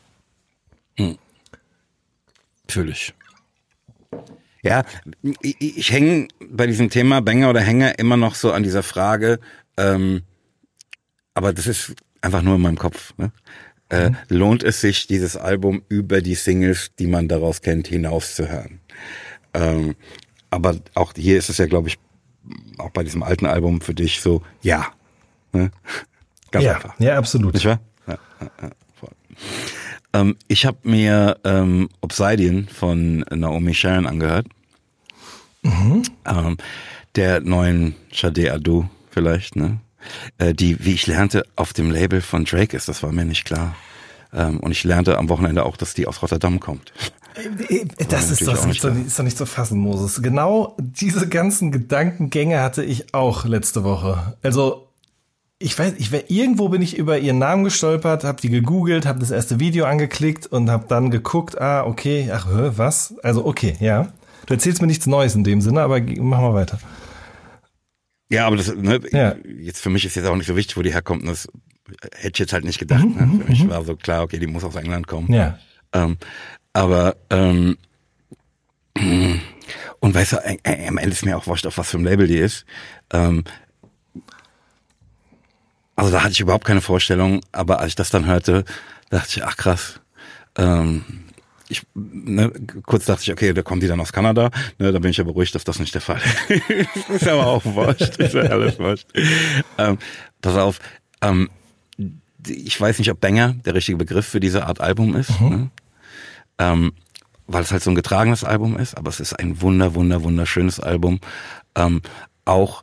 Natürlich. Ja, ich hänge bei diesem Thema Banger oder Hänger immer noch so an dieser Frage, aber das ist einfach nur in meinem Kopf, ne? Lohnt es sich, dieses Album über die Singles, die man daraus kennt, hinauszuhören? Aber auch hier ist es ja, glaube ich, auch bei diesem alten Album für dich so, ja. Ne? Ganz einfach. Ja, absolut. Nicht wahr? Ja, voll. Ich habe mir Obsidian von Naomi Sharon angehört. Der neuen Sade Adu vielleicht, ne? Die, wie ich lernte, auf dem Label von Drake ist, das war mir nicht klar. Und ich lernte am Wochenende auch, dass die aus Rotterdam kommt. Das ist doch nicht zu fassen, Moses. Genau diese ganzen Gedankengänge hatte ich auch letzte Woche. Also irgendwo bin ich über ihren Namen gestolpert, habe die gegoogelt, habe das erste Video angeklickt und habe dann geguckt, okay, was? Also okay, ja. Du erzählst mir nichts Neues in dem Sinne, aber mach mal weiter. Ja, aber das, ne, ja. Jetzt für mich ist jetzt auch nicht so wichtig, wo die herkommt. Das hätte ich jetzt halt nicht gedacht. Ne? Für mich war so klar, okay, die muss aus England kommen. Ja. Aber und weißt du, am Ende ist mir auch wurscht, auf was für ein Label die ist. Also da hatte ich überhaupt keine Vorstellung, aber als ich das dann hörte, dachte ich, ach krass. Kurz dachte ich, okay, da kommt die dann aus Kanada. Ne, da bin ich aber ruhig, dass das nicht der Fall ist. Ist aber auch wurscht. Ist ja alles wurscht. Pass auf. Ich weiß nicht, ob Banger der richtige Begriff für diese Art Album ist. Ne? Weil es halt so ein getragenes Album ist. Aber es ist ein wunderschönes Album. Auch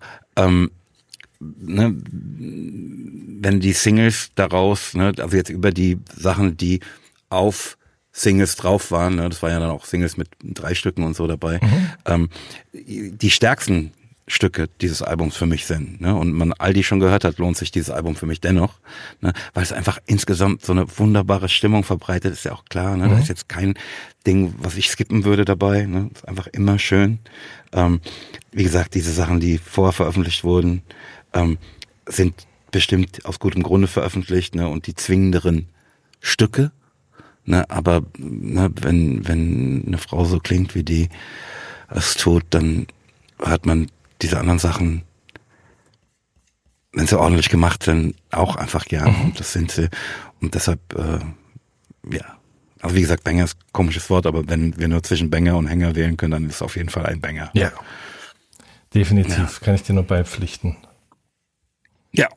wenn die Singles daraus, ne, also jetzt über die Sachen, die auf Singles drauf waren, ne, das war ja dann auch Singles mit 3 Stücken und so dabei, die stärksten Stücke dieses Albums für mich sind, ne, und man all die schon gehört hat, lohnt sich dieses Album für mich dennoch, ne, weil es einfach insgesamt so eine wunderbare Stimmung verbreitet, ist ja auch klar, ne, da ist jetzt kein Ding, was ich skippen würde dabei, ne, ist einfach immer schön. Wie gesagt, diese Sachen, die vorher veröffentlicht wurden, sind bestimmt aus gutem Grunde veröffentlicht, ne, und die zwingenderen Stücke, ne, aber ne, wenn eine Frau so klingt, wie die es tut, dann hört man diese anderen Sachen, wenn sie ordentlich gemacht sind, auch einfach gern. Und das sind sie. Und deshalb, ja. Also wie gesagt, Banger ist ein komisches Wort, aber wenn wir nur zwischen Banger und Hänger wählen können, dann ist es auf jeden Fall ein Banger. Ja. Definitiv, ja. Kann ich dir nur beipflichten. Ja.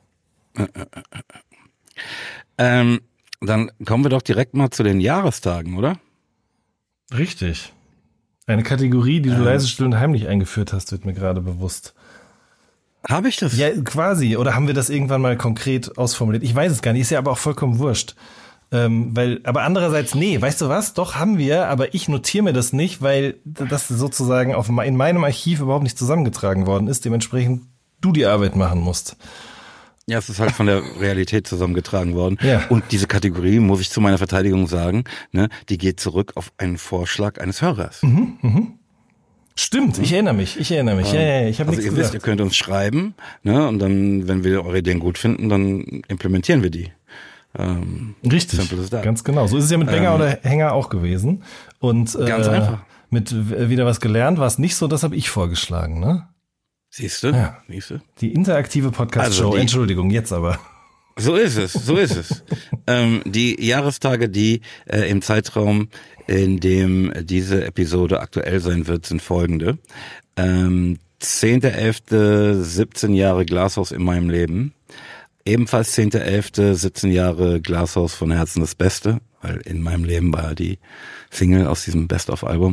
Dann kommen wir doch direkt mal zu den Jahrestagen, oder? Richtig. Eine Kategorie, die du leise, still und heimlich eingeführt hast, wird mir gerade bewusst. Habe ich das? Ja, quasi. Oder haben wir das irgendwann mal konkret ausformuliert? Ich weiß es gar nicht. Ist ja aber auch vollkommen wurscht. Aber andererseits, nee, weißt du was? Doch, haben wir, aber ich notiere mir das nicht, weil das sozusagen in meinem Archiv überhaupt nicht zusammengetragen worden ist. Dementsprechend du die Arbeit machen musst. Ja, es ist halt von der Realität zusammengetragen worden. Ja. Und diese Kategorie, muss ich zu meiner Verteidigung sagen, ne, die geht zurück auf einen Vorschlag eines Hörers. Stimmt, ich erinnere mich. Ja, ich habe nichts gesagt. Wisst, ihr könnt uns schreiben, ne, und dann, wenn wir eure Ideen gut finden, dann implementieren wir die. Richtig, ganz genau. So ist es ja mit Banger oder Hänger auch gewesen. Und ganz einfach. Mit wieder was gelernt war es nicht so, das habe ich vorgeschlagen, ne? Siehst du? Ja. Die interaktive Podcast-Show, also Entschuldigung, jetzt aber. So ist es. Die Jahrestage, die im Zeitraum, in dem diese Episode aktuell sein wird, sind folgende. 10.11., 17 Jahre Glashaus in meinem Leben. Ebenfalls 10.11., 17 Jahre Glasshouse von Herzen das Beste, weil in meinem Leben war die Single aus diesem Best-of-Album.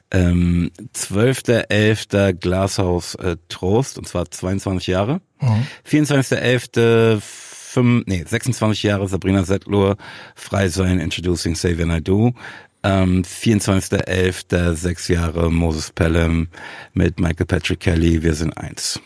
12.11. Glasshouse Trost, und zwar 22 Jahre. 24.11. 26 Jahre Sabrina Setlur, Frei sein, Introducing Xavier Naidoo. 24.11. 6 Jahre Moses Pelham mit Michael Patrick Kelly, Wir sind eins.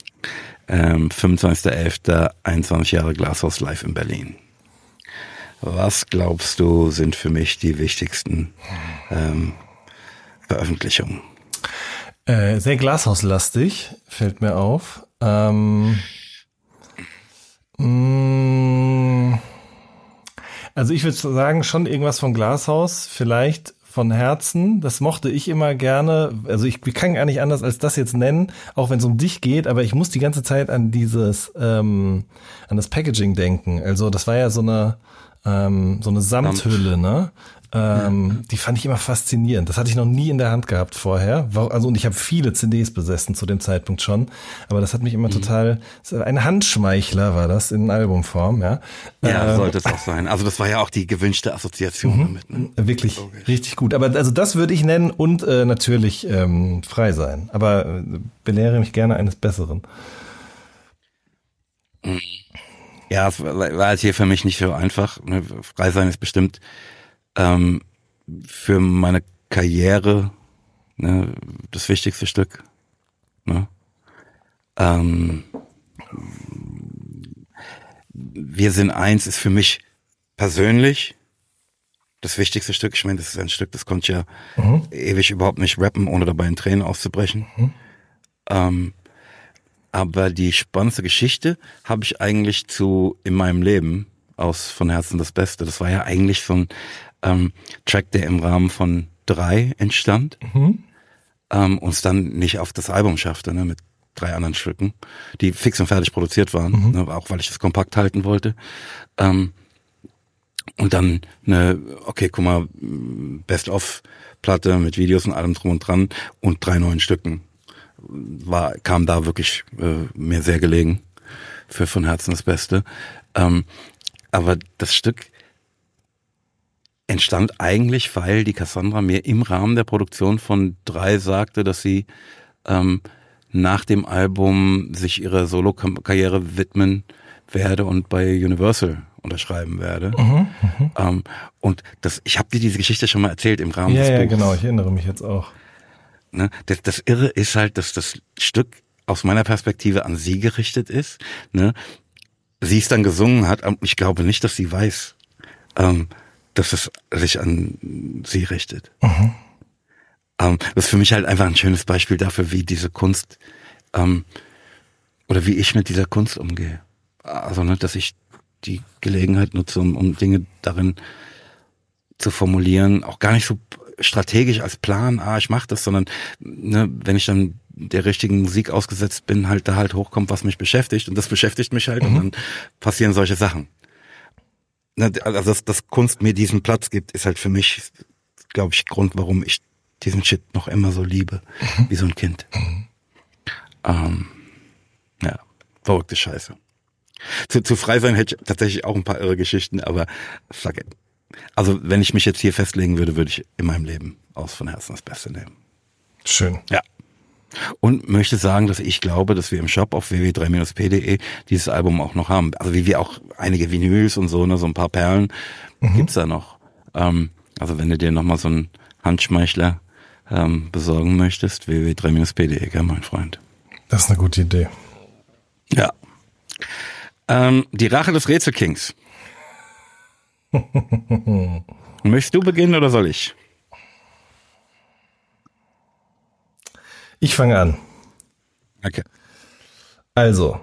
25.11. 21 Jahre Glasshouse live in Berlin. Was glaubst du, sind für mich die wichtigsten Veröffentlichungen? Sehr Glasshouse-lastig, fällt mir auf. Also ich würde sagen, schon irgendwas von Glasshouse, vielleicht von Herzen. Das mochte ich immer gerne. Also ich kann gar nicht anders als das jetzt nennen, auch wenn es um dich geht, aber ich muss die ganze Zeit an an das Packaging denken. Also das war ja so eine Samthülle, ne? Die fand ich immer faszinierend. Das hatte ich noch nie in der Hand gehabt vorher. Und ich habe viele CDs besessen zu dem Zeitpunkt schon. Aber das hat mich immer total, ein Handschmeichler war das in Albumform, ja. Ja, sollte es auch sein. Also das war ja auch die gewünschte Assoziation damit. Ne? Wirklich, richtig gut. Aber also das würde ich nennen und natürlich Frei sein. Aber belehre mich gerne eines Besseren. Ja, es war jetzt hier für mich nicht so einfach. Frei sein ist bestimmt für meine Karriere das wichtigste Stück. Ne? Wir sind eins ist für mich persönlich das wichtigste Stück. Ich meine, das ist ein Stück, das konnte ich ja ewig überhaupt nicht rappen, ohne dabei in Tränen auszubrechen. Aber die spannendste Geschichte habe ich eigentlich in meinem Leben aus Von Herzen das Beste. Das war ja eigentlich so ein Track, der im Rahmen von 3 entstand, uns dann nicht auf das Album schaffte, ne, mit 3 anderen Stücken, die fix und fertig produziert waren, ne, auch weil ich das kompakt halten wollte. Und dann guck mal, Best-of-Platte mit Videos und allem drum und dran und 3 neuen Stücken. Kam da wirklich mir sehr gelegen für Von Herzen das Beste. Aber das Stück entstand eigentlich, weil die Cassandra mir im Rahmen der Produktion von 3 sagte, dass sie nach dem Album sich ihrer Solo-Karriere widmen werde und bei Universal unterschreiben werde. Und ich habe dir diese Geschichte schon mal erzählt im Rahmen des Buchs. Ja, genau, ich erinnere mich jetzt auch. Ne, das Irre ist halt, dass das Stück aus meiner Perspektive an sie gerichtet ist. Ne? Sie es dann gesungen hat, ich glaube nicht, dass sie weiß, dass es sich an sie richtet. Das ist für mich halt einfach ein schönes Beispiel dafür, wie diese Kunst oder wie ich mit dieser Kunst umgehe. Also, ne, dass ich die Gelegenheit nutze, um Dinge darin zu formulieren, auch gar nicht so strategisch als Plan, ich mache das, sondern ne, wenn ich dann der richtigen Musik ausgesetzt bin, halt da halt hochkommt, was mich beschäftigt, und das beschäftigt mich halt und dann passieren solche Sachen. Also dass Kunst mir diesen Platz gibt, ist halt für mich, glaube ich, Grund, warum ich diesen Shit noch immer so liebe, wie so ein Kind. Ja, verrückte Scheiße. Zu Frei sein hätte ich tatsächlich auch ein paar irre Geschichten, aber fuck it. Also wenn ich mich jetzt hier festlegen würde, würde ich in meinem Leben aus Von Herzen das Beste nehmen. Schön. Ja. Und möchte sagen, dass ich glaube, dass wir im Shop auf www.3-p.de dieses Album auch noch haben. Also wie wir auch einige Vinyls und so, ne, so ein paar Perlen gibt's da noch. Also wenn du dir nochmal so einen Handschmeichler besorgen möchtest, www.3-p.de, gell, mein Freund. Das ist eine gute Idee. Ja. Die Rache des Rätselkings. Möchtest du beginnen oder soll ich? Ich fange an. Okay. Also.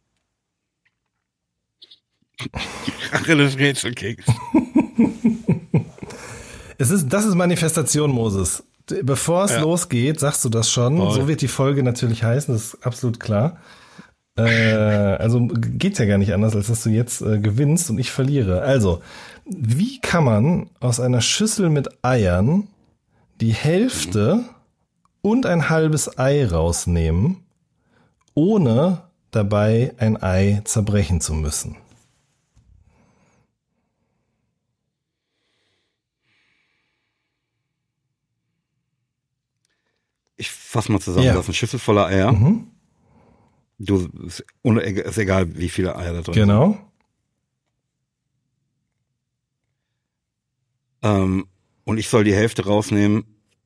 Die Rache des Rätselkings. Das ist Manifestation, Moses. Bevor es losgeht, sagst du das schon. Voll. So wird die Folge natürlich heißen, das ist absolut klar. Also geht's ja gar nicht anders, als dass du jetzt gewinnst und ich verliere. Also, wie kann man aus einer Schüssel mit Eiern die Hälfte und ein halbes Ei rausnehmen, ohne dabei, ein Ei zerbrechen zu müssen? Ich fasse mal zusammen, das ist eine Schüssel voller Eier. Ist egal, wie viele Eier da drin sind. Genau. Und ich soll die Hälfte rausnehmen.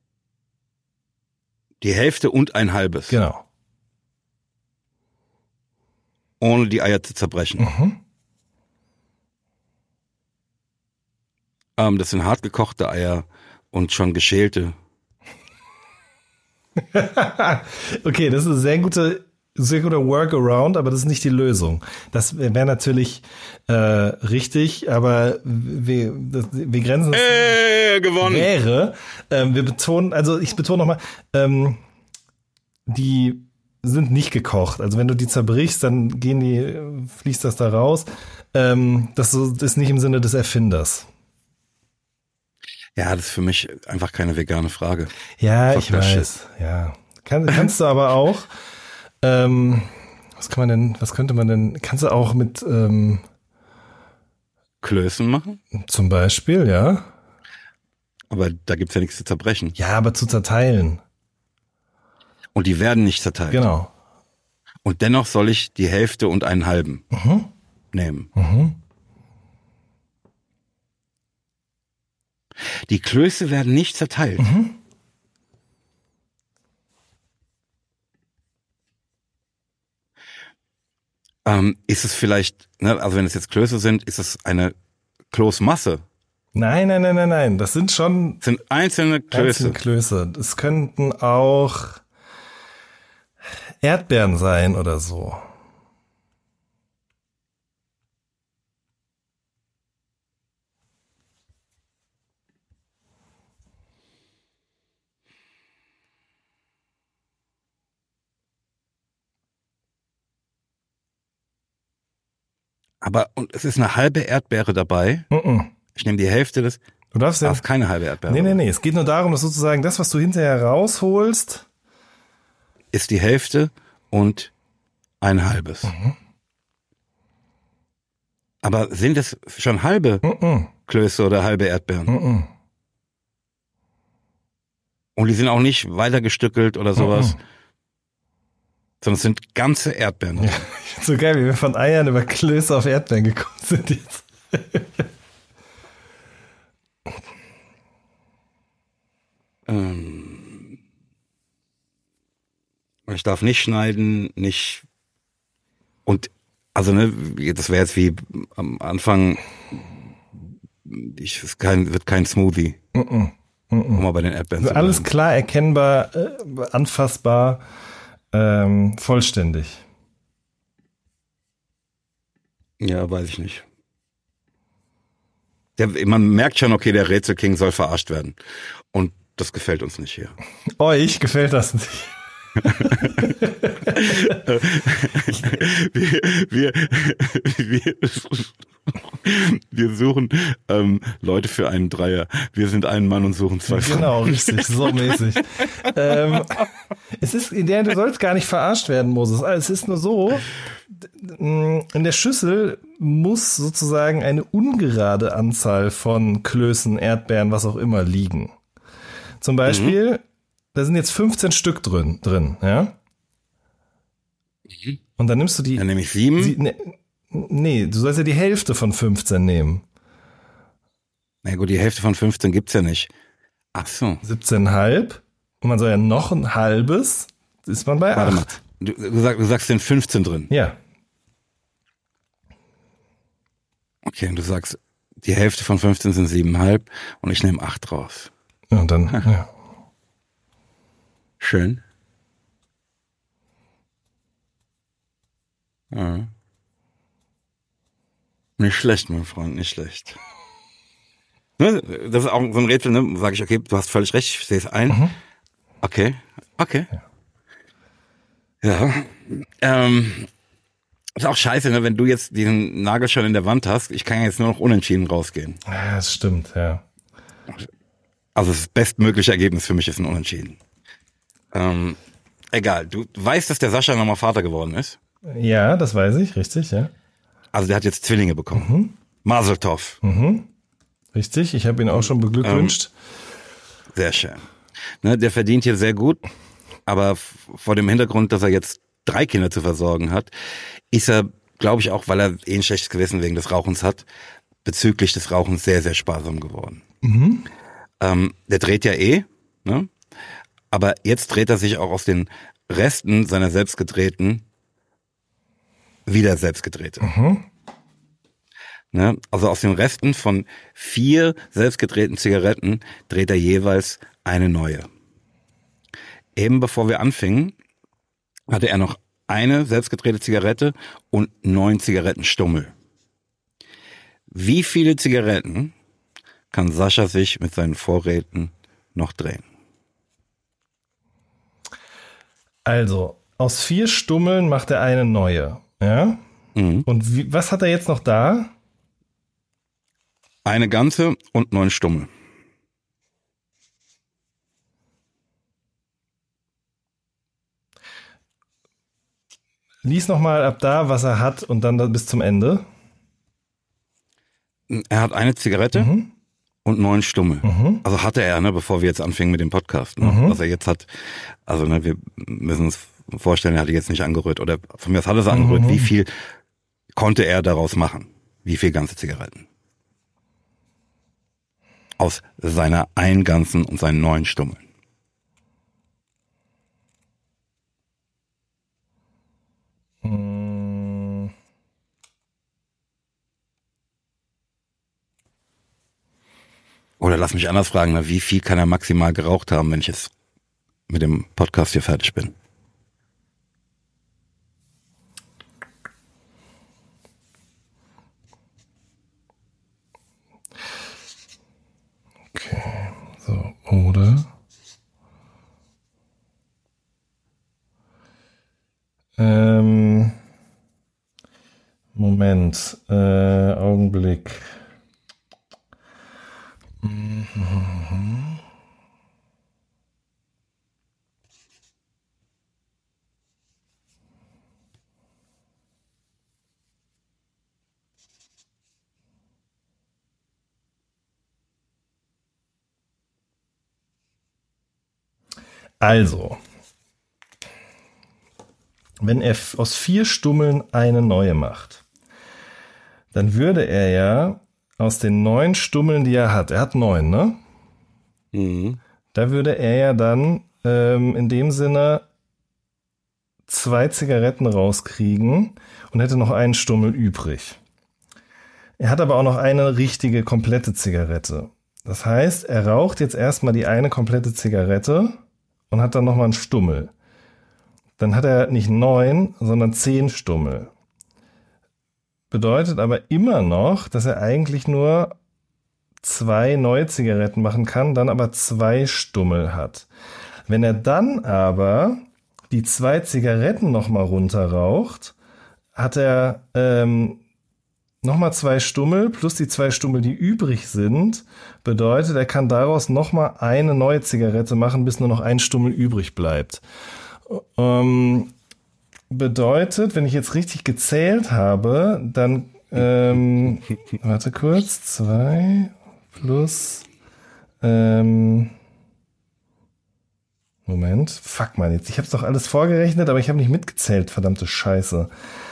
Die Hälfte und ein halbes. Genau. Ohne die Eier zu zerbrechen. Das sind hart gekochte Eier und schon geschälte. Okay, das ist ein sehr guter Workaround, aber das ist nicht die Lösung. Das wäre natürlich richtig, aber wir grenzen es gewonnen. Wäre. Ich betone nochmal, die sind nicht gekocht. Also wenn du die zerbrichst, dann fließt das da raus. Das ist nicht im Sinne des Erfinders. Ja, das ist für mich einfach keine vegane Frage. Ja, ich weiß. Ja, kannst du aber auch. Was könnte man denn? Kannst du auch mit Klößen machen? Zum Beispiel, ja. Aber da gibt's ja nichts zu zerbrechen. Ja, aber zu zerteilen. Und die werden nicht zerteilt. Genau. Und dennoch soll ich die Hälfte und einen halben nehmen. Die Klöße werden nicht zerteilt. Ist es vielleicht, also wenn es jetzt Klöße sind, ist es eine Kloßmasse? Nein. Das sind einzelne Klöße. Das könnten auch Erdbeeren sein oder so. Und es ist eine halbe Erdbeere dabei. Ich nehme die Hälfte des. Du darfst ja. Keine halbe Erdbeere. Nee. Es geht nur darum, dass sozusagen das, was du hinterher rausholst, ist die Hälfte und ein halbes. Aber sind es schon halbe Klöße oder halbe Erdbeeren? Und die sind auch nicht weiter gestückelt oder sowas. Sondern es sind ganze Erdbeeren. Ja, so geil, wie wir von Eiern über Klöße auf Erdbeeren gekommen sind jetzt. Ich darf nicht schneiden, nicht. Und also das wäre jetzt wie am Anfang. Wird kein Smoothie. Um mal bei den Erdbeeren zu alles klar erkennbar, anfassbar. Vollständig. Ja, weiß ich nicht. Man merkt schon, okay, der Rätselking soll verarscht werden. Und das gefällt uns nicht hier. Euch gefällt das nicht. Wir suchen Leute für einen Dreier. Wir sind ein Mann und suchen zwei Frauen. Genau, richtig, so mäßig. Du sollst gar nicht verarscht werden, Moses. Es ist nur so, in der Schüssel muss sozusagen eine ungerade Anzahl von Klößen, Erdbeeren, was auch immer liegen. Zum Beispiel, da sind jetzt 15 Stück drin, ja? Und dann nimmst du die. Dann nehme ich 7. Nee, du sollst ja die Hälfte von 15 nehmen. Na gut, die Hälfte von 15 gibt's ja nicht. Ach so. 17,5. Und man soll ja noch ein halbes, ist man bei 8. Warte mal. Du sagst, sind 15 drin. Ja. Okay, und du sagst, die Hälfte von 15 sind 7,5 und ich nehme 8 raus. Ja, und dann, ja. Schön. Ja. Nicht schlecht, mein Freund, nicht schlecht. Das ist auch so ein Rätsel, ne? Sag ich, okay, du hast völlig recht, ich sehe es ein. Okay. Ja. Ist auch scheiße, ne? Wenn du jetzt diesen Nagel schon in der Wand hast, ich kann ja jetzt nur noch unentschieden rausgehen. Ja, das stimmt, ja. Also das bestmögliche Ergebnis für mich ist ein Unentschieden. Egal, du weißt, dass der Sascha nochmal Vater geworden ist? Ja, das weiß ich, richtig, ja. Also der hat jetzt Zwillinge bekommen. Mazel tov. Richtig, ich habe ihn auch schon beglückwünscht. Sehr schön. Ne, der verdient hier sehr gut, aber vor dem Hintergrund, dass er jetzt 3 Kinder zu versorgen hat, ist er, glaube ich auch, weil er ein schlechtes Gewissen wegen des Rauchens hat, bezüglich des Rauchens sehr, sehr sparsam geworden. Der dreht ja ne? Aber jetzt dreht er sich auch aus den Resten seiner selbstgedrehten wieder selbstgedrehte. Ne? Also aus den Resten von 4 selbstgedrehten Zigaretten dreht er jeweils eine neue. Eben bevor wir anfingen, hatte er noch eine selbstgedrehte Zigarette und 9 Zigarettenstummel. Wie viele Zigaretten kann Sascha sich mit seinen Vorräten noch drehen? Also, aus 4 Stummeln macht er eine neue. Ja? Und was hat er jetzt noch da? Eine ganze und 9 Stummel. Lies nochmal ab da, was er hat und dann bis zum Ende. Er hat eine Zigarette und 9 Stummel. Also hatte er, ne, bevor wir jetzt anfingen mit dem Podcast. Ne? Was er jetzt hat, also ne, wir müssen uns vorstellen, er hatte jetzt nicht angerührt oder von mir aus hat er angerührt. Wie viel konnte er daraus machen? Wie viel ganze Zigaretten? Aus seiner einen ganzen und seinen 9 Stummeln. Oder lass mich anders fragen, wie viel kann er maximal geraucht haben, wenn ich jetzt mit dem Podcast hier fertig bin? Okay, so, oder? Moment, Augenblick. Also, wenn er aus 4 Stummeln eine neue macht, dann würde er ja aus den 9 Stummeln, die er hat 9, ne? Da würde er ja dann in dem Sinne 2 Zigaretten rauskriegen und hätte noch einen Stummel übrig. Er hat aber auch noch eine richtige, komplette Zigarette. Das heißt, er raucht jetzt erstmal die eine komplette Zigarette und hat dann nochmal einen Stummel. Dann hat er nicht 9, sondern 10 Stummel. Bedeutet aber immer noch, dass er eigentlich nur 2 neue Zigaretten machen kann, dann aber 2 Stummel hat. Wenn er dann aber die 2 Zigaretten nochmal runterraucht, hat er nochmal 2 Stummel plus die 2 Stummel, die übrig sind. Bedeutet, er kann daraus nochmal eine neue Zigarette machen, bis nur noch ein Stummel übrig bleibt. Bedeutet, wenn ich jetzt richtig gezählt habe, dann, warte kurz, 2 plus, Moment, fuck man jetzt, ich habe es doch alles vorgerechnet, aber ich habe nicht mitgezählt, verdammte Scheiße.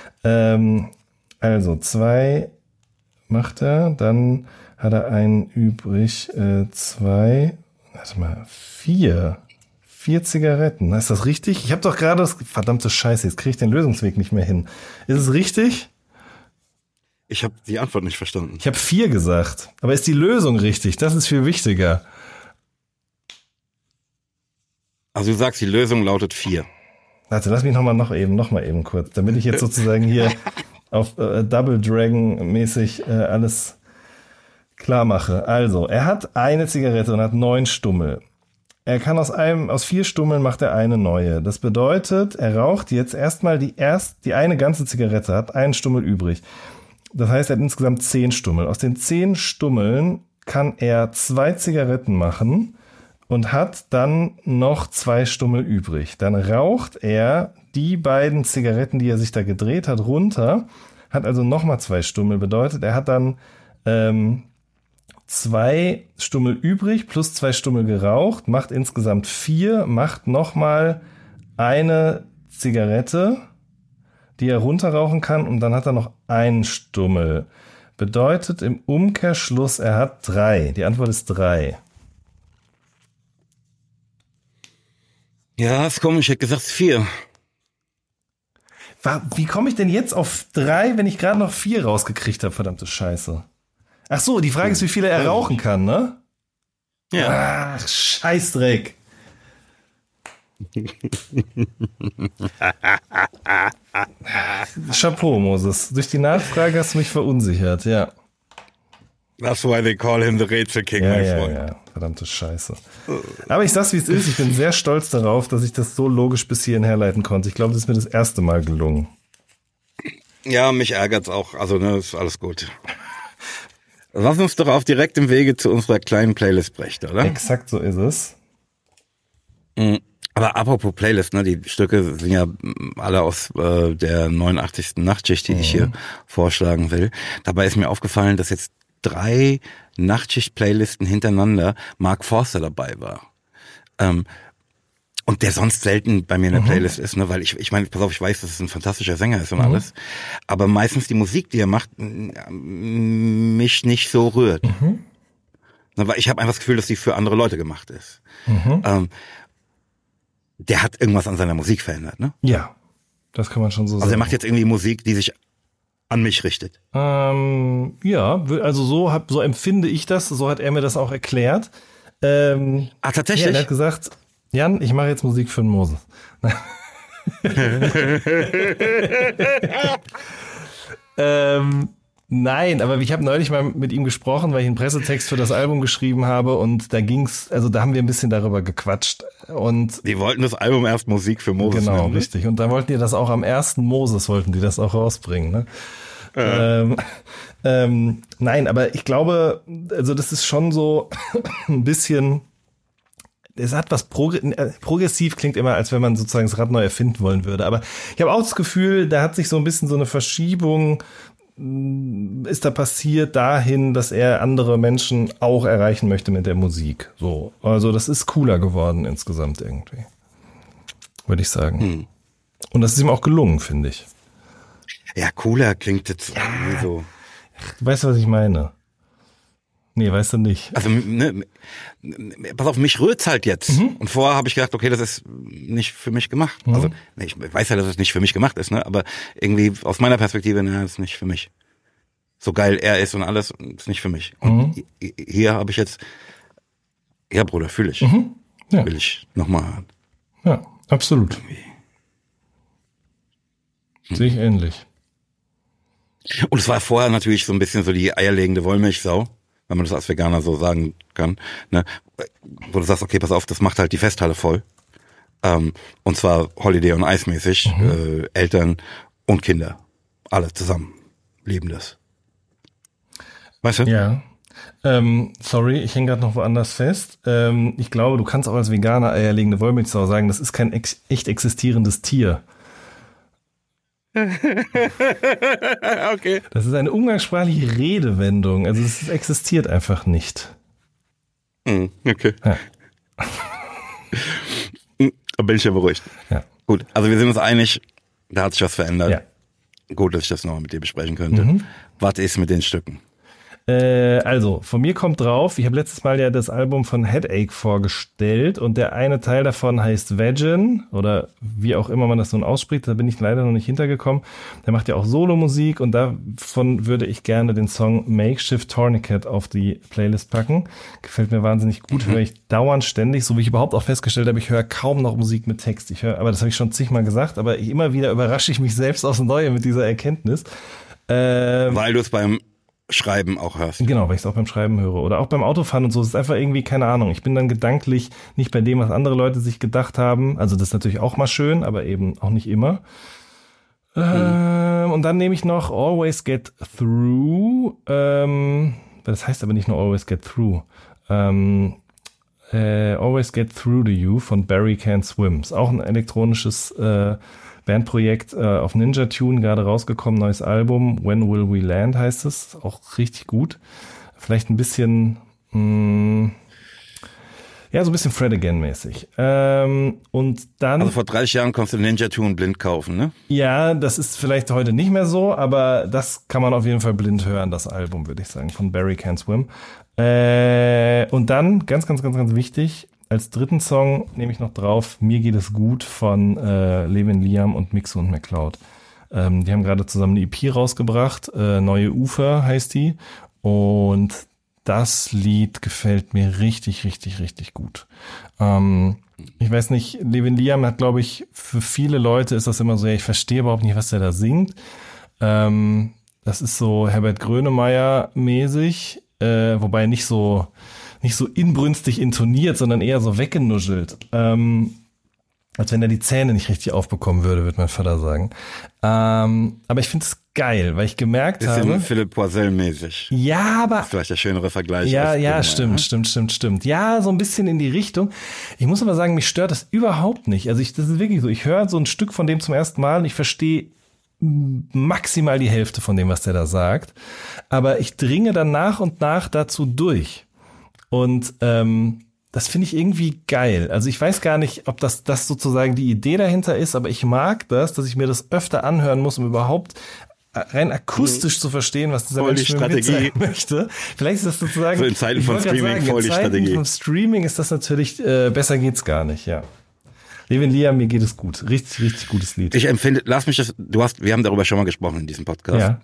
Also 2 macht er, dann hat er einen übrig, 2, warte mal, 4 Zigaretten. Ist das richtig? Ich habe doch gerade das... Verdammte Scheiße, jetzt kriege ich den Lösungsweg nicht mehr hin. Ist es richtig? Ich habe die Antwort nicht verstanden. Ich habe 4 gesagt. Aber ist die Lösung richtig? Das ist viel wichtiger. Also du sagst, die Lösung lautet 4. Warte, lass mich noch mal eben kurz, damit ich jetzt sozusagen hier auf Double Dragon mäßig alles klar mache. Also, er hat eine Zigarette und hat 9 Stummel. Er kann aus 4 Stummeln macht er eine neue. Das bedeutet, er raucht jetzt erstmal die eine ganze Zigarette, hat einen Stummel übrig. Das heißt, er hat insgesamt 10 Stummel. Aus den 10 Stummeln kann er 2 Zigaretten machen und hat dann noch 2 Stummel übrig. Dann raucht er die beiden Zigaretten, die er sich da gedreht hat, runter, hat also nochmal 2 Stummel. Bedeutet, er hat dann 2 Stummel übrig plus 2 Stummel geraucht, macht insgesamt 4, macht nochmal eine Zigarette, die er runterrauchen kann, und dann hat er noch einen Stummel. Bedeutet im Umkehrschluss, er hat 3. Die Antwort ist 3. Ja, ist komisch, ich hätte gesagt 4. Wie komme ich denn jetzt auf 3, wenn ich gerade noch 4 rausgekriegt habe, verdammte Scheiße? Ach so, die Frage ist, wie viele er rauchen kann, ne? Ja. Ach, Scheißdreck. Chapeau, Moses. Durch die Nachfrage hast du mich verunsichert, ja. That's why they call him the Rätsel King, mein Freund. Ja, verdammte Scheiße. Aber ich sag's, wie es ist. Ich bin sehr stolz darauf, dass ich das so logisch bis hierhin herleiten konnte. Ich glaube, das ist mir das erste Mal gelungen. Ja, mich ärgert's auch. Also, ne, ist alles gut. Lass uns doch auf direktem Wege zu unserer kleinen Playlist brechen, oder? Exakt so ist es. Aber apropos Playlist, ne, die Stücke sind ja alle aus der 89. Nachtschicht, die ich hier vorschlagen will. Dabei ist mir aufgefallen, dass jetzt 3 Nachtschicht-Playlisten hintereinander Mark Forster dabei war. Und der sonst selten bei mir in der Playlist ist, ne, weil ich meine, pass auf, ich weiß, dass es ein fantastischer Sänger ist und alles, aber meistens die Musik, die er macht, mich nicht so rührt. Weil ich habe einfach das Gefühl, dass die für andere Leute gemacht ist. Der hat irgendwas an seiner Musik verändert, ne? Ja, das kann man schon so sagen. Also er macht jetzt irgendwie Musik, die sich an mich richtet. Ja, also so empfinde ich das, so hat er mir das auch erklärt. Tatsächlich? Ja, er hat gesagt, Jan, ich mache jetzt Musik für den Moses. Nein, aber ich habe neulich mal mit ihm gesprochen, weil ich einen Pressetext für das Album geschrieben habe, und da da haben wir ein bisschen darüber gequatscht. Und die wollten das Album erst Musik für Moses genau, nennen. richtig. Und da wollten die das auch am ersten Moses, wollten die das auch rausbringen, ne? Nein, aber ich glaube, also das ist schon so ein bisschen, es hat was progressiv, klingt immer, als wenn man sozusagen das Rad neu erfinden wollen würde. Aber ich habe auch das Gefühl, da hat sich so ein bisschen so eine Verschiebung ist da passiert dahin, dass er andere Menschen auch erreichen möchte mit der Musik. So, also das ist cooler geworden insgesamt irgendwie, würde ich sagen. Und das ist ihm auch gelungen, finde ich. Ja, cooler klingt jetzt so. Weißt du, was ich meine? Nee, weißt du nicht. Also, ne, pass auf, mich rührt's halt jetzt. Und vorher habe ich gedacht, okay, das ist nicht für mich gemacht. Also, ne, ich weiß ja, dass es nicht für mich gemacht ist, ne? Aber irgendwie aus meiner Perspektive, ne, das ist nicht für mich. So geil er ist und alles, ist nicht für mich. Und hier habe ich jetzt, ja, Bruder, fühle ich. Ja. Will ich nochmal. Ja, absolut. Sehe ich ähnlich. Und es war vorher natürlich so ein bisschen so die eierlegende Wollmilchsau, wenn man das als Veganer so sagen kann, ne? Wo du sagst, okay, pass auf, das macht halt die Festhalle voll. Und zwar Holiday on Ice mäßig, Eltern und Kinder, alle zusammen lieben das. Weißt du? Ja. Sorry, ich hänge gerade noch woanders fest. Ich glaube, du kannst auch als Veganer eierlegende Wollmilchsau sagen, das ist kein echt existierendes Tier. Okay. Das ist eine umgangssprachliche Redewendung. Also es existiert einfach nicht. Okay. Ja. Da bin ich ja beruhigt. Ja. Gut, also wir sind uns einig, da hat sich was verändert. Ja. Gut, dass ich das nochmal mit dir besprechen könnte. Was ist mit den Stücken? Also, von mir kommt drauf, ich habe letztes Mal ja das Album von Headache vorgestellt und der eine Teil davon heißt Vagin oder wie auch immer man das nun ausspricht, da bin ich leider noch nicht hintergekommen. Der macht ja auch Solomusik und davon würde ich gerne den Song Makeshift Tourniquet auf die Playlist packen. Gefällt mir wahnsinnig gut, höre ich dauernd ständig, so wie ich überhaupt auch festgestellt habe, ich höre kaum noch Musik mit Text. Aber das habe ich schon zigmal gesagt, aber immer wieder überrasche ich mich selbst aufs Neue mit dieser Erkenntnis. Weil du es beim Schreiben auch hörst. Genau, weil ich es auch beim Schreiben höre. Oder auch beim Autofahren und so. Es ist einfach irgendwie, keine Ahnung. Ich bin dann gedanklich nicht bei dem, was andere Leute sich gedacht haben. Also das ist natürlich auch mal schön, aber eben auch nicht immer. Und dann nehme ich noch Always Get Through. Das heißt aber nicht nur Always Get Through. Always Get Through to You von Barry Can't Swim. Ist auch ein elektronisches Bandprojekt auf Ninja Tune, gerade rausgekommen, neues Album. When Will We Land heißt es. Auch richtig gut. Vielleicht ein bisschen, so ein bisschen Fred Again-mäßig. Und dann. Also vor 30 Jahren konntest du Ninja Tune blind kaufen, ne? Ja, das ist vielleicht heute nicht mehr so, aber das kann man auf jeden Fall blind hören, das Album, würde ich sagen, von Barry Can't Swim. Und dann, ganz, ganz, ganz, ganz wichtig, als dritten Song nehme ich noch drauf, Mir geht es gut von Levin Liam und Mixo und McCloud. Die haben gerade zusammen eine EP rausgebracht, Neue Ufer heißt die. Und das Lied gefällt mir richtig, richtig, richtig gut. Ich weiß nicht, Levin Liam hat, glaube ich, für viele Leute ist das immer so, ich verstehe überhaupt nicht, was der da singt. Das ist so Herbert Grönemeyer mäßig, wobei nicht so inbrünstig intoniert, sondern eher so weggenuschelt. Als wenn er die Zähne nicht richtig aufbekommen würde, wird mein Vater sagen. Aber ich finde es geil, weil ich gemerkt habe... Bisschen Philipp Poisel-mäßig. Ja, aber... Vielleicht der schönere Vergleich. Ja, stimmt. Ja, so ein bisschen in die Richtung. Ich muss aber sagen, mich stört das überhaupt nicht. Also das ist wirklich so, ich höre so ein Stück von dem zum ersten Mal und ich verstehe maximal die Hälfte von dem, was der da sagt. Aber ich dringe dann nach und nach dazu durch. Und das finde ich irgendwie geil. Also ich weiß gar nicht, ob das sozusagen die Idee dahinter ist, aber ich mag das, dass ich mir das öfter anhören muss, um überhaupt rein akustisch zu verstehen, was dieser Mensch mir sagen möchte. Vielleicht ist das sozusagen... So in Zeiten von Streaming voll die Strategie. In Zeiten von Streaming ist das natürlich, besser geht's gar nicht, ja. Levin Liam, mir geht es gut. Richtig, richtig gutes Lied. Ich empfinde, wir haben darüber schon mal gesprochen in diesem Podcast. Ja.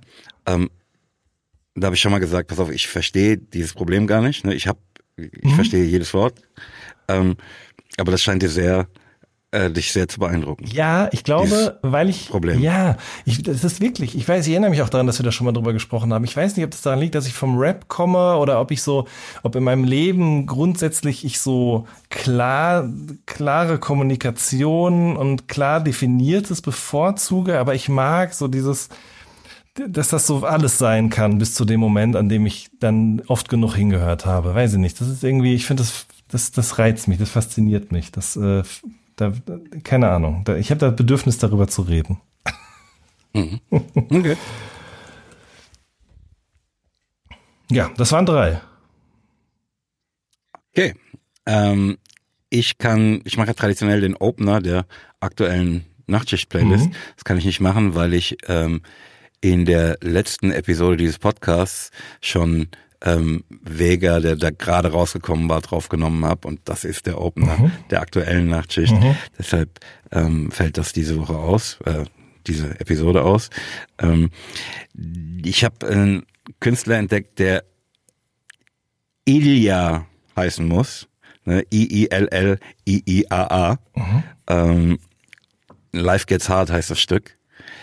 Da habe ich schon mal gesagt, pass auf, ich verstehe dieses Problem gar nicht. Ne? Ich verstehe jedes Wort. Aber das scheint dir dich sehr zu beeindrucken. Ja, ich glaube, weil ich... Problem. Ja, das ist wirklich... Ich erinnere mich auch daran, dass wir da schon mal drüber gesprochen haben. Ich weiß nicht, ob das daran liegt, dass ich vom Rap komme oder ob in meinem Leben grundsätzlich ich so klare Kommunikation und klar definiertes bevorzuge, aber ich mag so dass das so alles sein kann, bis zu dem Moment, an dem ich dann oft genug hingehört habe. Weiß ich nicht. Das ist irgendwie, ich finde, das reizt mich, das fasziniert mich. Keine Ahnung. Ich habe da Bedürfnis, darüber zu reden. Mhm. Okay. Ja, das waren 3. Okay. Ich mache traditionell den Opener der aktuellen Nachtschicht-Playlist. Das kann ich nicht machen, weil ich in der letzten Episode dieses Podcasts schon Vega, der da gerade rausgekommen war, draufgenommen habe, und das ist der Opener der aktuellen Nachtschicht. Deshalb fällt das diese Woche aus, diese Episode aus. Ich habe einen Künstler entdeckt, der Ilya heißen muss, ne? I-I-L-L-I-I-A-A. Life Gets Hard heißt das Stück.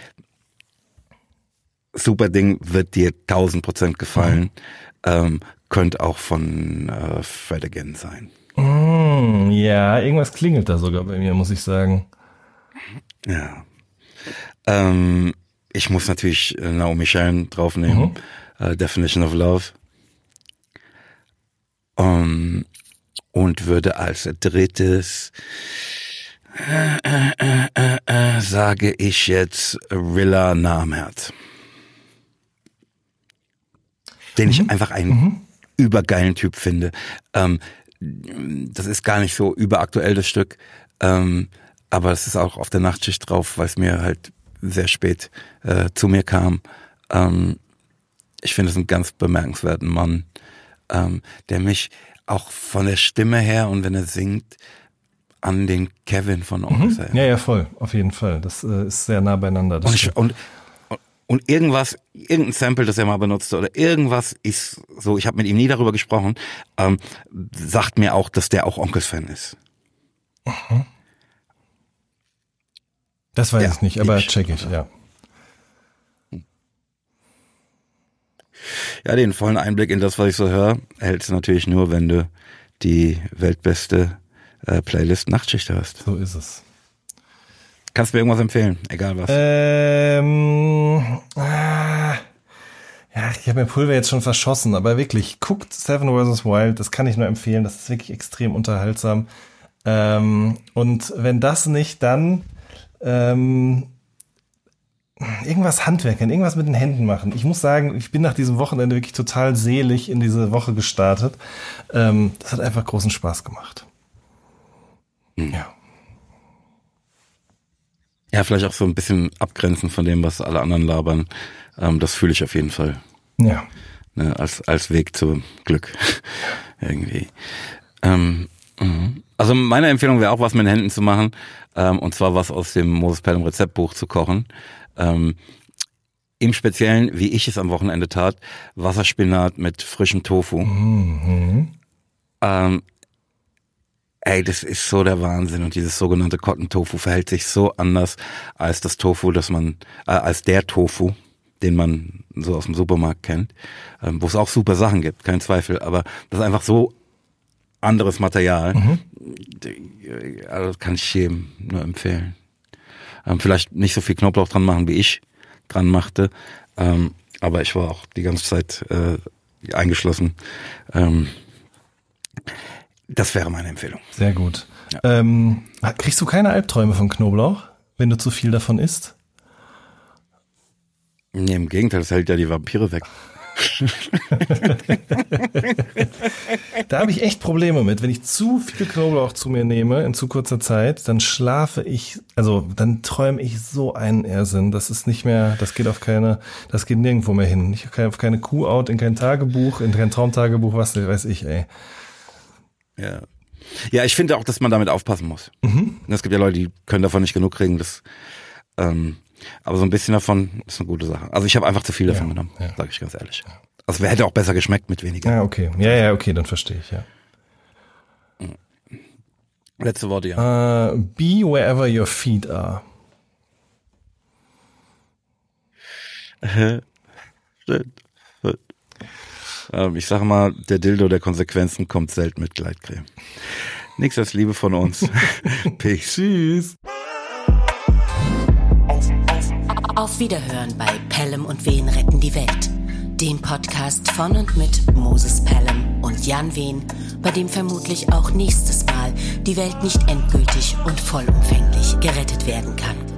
Super Ding, wird dir 1000% gefallen. Könnte auch von Fred Again sein. Ja, irgendwas klingelt da sogar bei mir, muss ich sagen. Ja. Ich muss natürlich Naomi Sharon draufnehmen. Definition of Love. Und würde als drittes sage ich jetzt Rilla Nahmherz. Den ich einfach einen übergeilen Typ finde. Das ist gar nicht so überaktuell, das Stück, aber es ist auch auf der Nachtschicht drauf, weil es mir halt sehr spät zu mir kam. Ich finde es einen ganz bemerkenswerten Mann, der mich auch von der Stimme her und wenn er singt, an den Kevin von Onkels erinnert. Ja, voll, auf jeden Fall. Das ist sehr nah beieinander. Und irgendein Sample, das er mal benutzte oder irgendwas ist so, ich habe mit ihm nie darüber gesprochen, sagt mir auch, dass der auch Onkels-Fan ist. Das weiß ich nicht, aber check ich, ja. Ja, den vollen Einblick in das, was ich so höre, erhältst du natürlich nur, wenn du die weltbeste Playlist Nachtschicht hörst. So ist es. Kannst du mir irgendwas empfehlen? Egal was. Ja, ich habe mir Pulver jetzt schon verschossen, aber wirklich, guckt Seven vs. Wild, das kann ich nur empfehlen, das ist wirklich extrem unterhaltsam. Und wenn das nicht, dann irgendwas handwerkern, irgendwas mit den Händen machen. Ich muss sagen, ich bin nach diesem Wochenende wirklich total selig in diese Woche gestartet. Das hat einfach großen Spaß gemacht. Ja. Ja, vielleicht auch so ein bisschen abgrenzen von dem, was alle anderen labern. Das fühle ich auf jeden Fall. Ja. Ne, als Weg zum Glück. Irgendwie. Also meine Empfehlung wäre auch, was mit den Händen zu machen. Und zwar was aus dem Moses Pelham Rezeptbuch zu kochen. Im Speziellen, wie ich es am Wochenende tat, Wasserspinat mit frischem Tofu. Mhm. Das ist so der Wahnsinn. Und dieses sogenannte Cotton Tofu verhält sich so anders als das Tofu, als der Tofu, den man so aus dem Supermarkt kennt, wo es auch super Sachen gibt, kein Zweifel, aber das ist einfach so anderes Material. Also das kann ich jedem nur empfehlen. Vielleicht nicht so viel Knoblauch dran machen, wie ich dran machte, aber ich war auch die ganze Zeit eingeschlossen. Das wäre meine Empfehlung. Sehr gut. Ja. Kriegst du keine Albträume von Knoblauch, wenn du zu viel davon isst? Nee, im Gegenteil, das hält ja die Vampire weg. Da habe ich echt Probleme mit. Wenn ich zu viel Knoblauch zu mir nehme in zu kurzer Zeit, dann dann träume ich so einen Irrsinn. Das ist nicht mehr, das geht nirgendwo mehr hin. Auf keine Kuh-Out, in kein Tagebuch, in kein Traumtagebuch, was weiß ich, ey. Ja, ich finde auch, dass man damit aufpassen muss. Es gibt ja Leute, die können davon nicht genug kriegen. Aber so ein bisschen davon ist eine gute Sache. Also ich habe einfach zu viel davon genommen, sage ich ganz ehrlich. Also hätte auch besser geschmeckt mit weniger. Ja, okay. Ja, okay, dann verstehe ich, ja. Letzte Worte, ja. Be wherever your feet are. Stimmt. Ich sage mal, der Dildo der Konsequenzen kommt selten mit Gleitcreme. Nichts als Liebe von uns. Peace. Tschüss. Auf Wiederhören bei Pelham und Wehn retten die Welt. Dem Podcast von und mit Moses Pelham und Jan Wehn, bei dem vermutlich auch nächstes Mal die Welt nicht endgültig und vollumfänglich gerettet werden kann.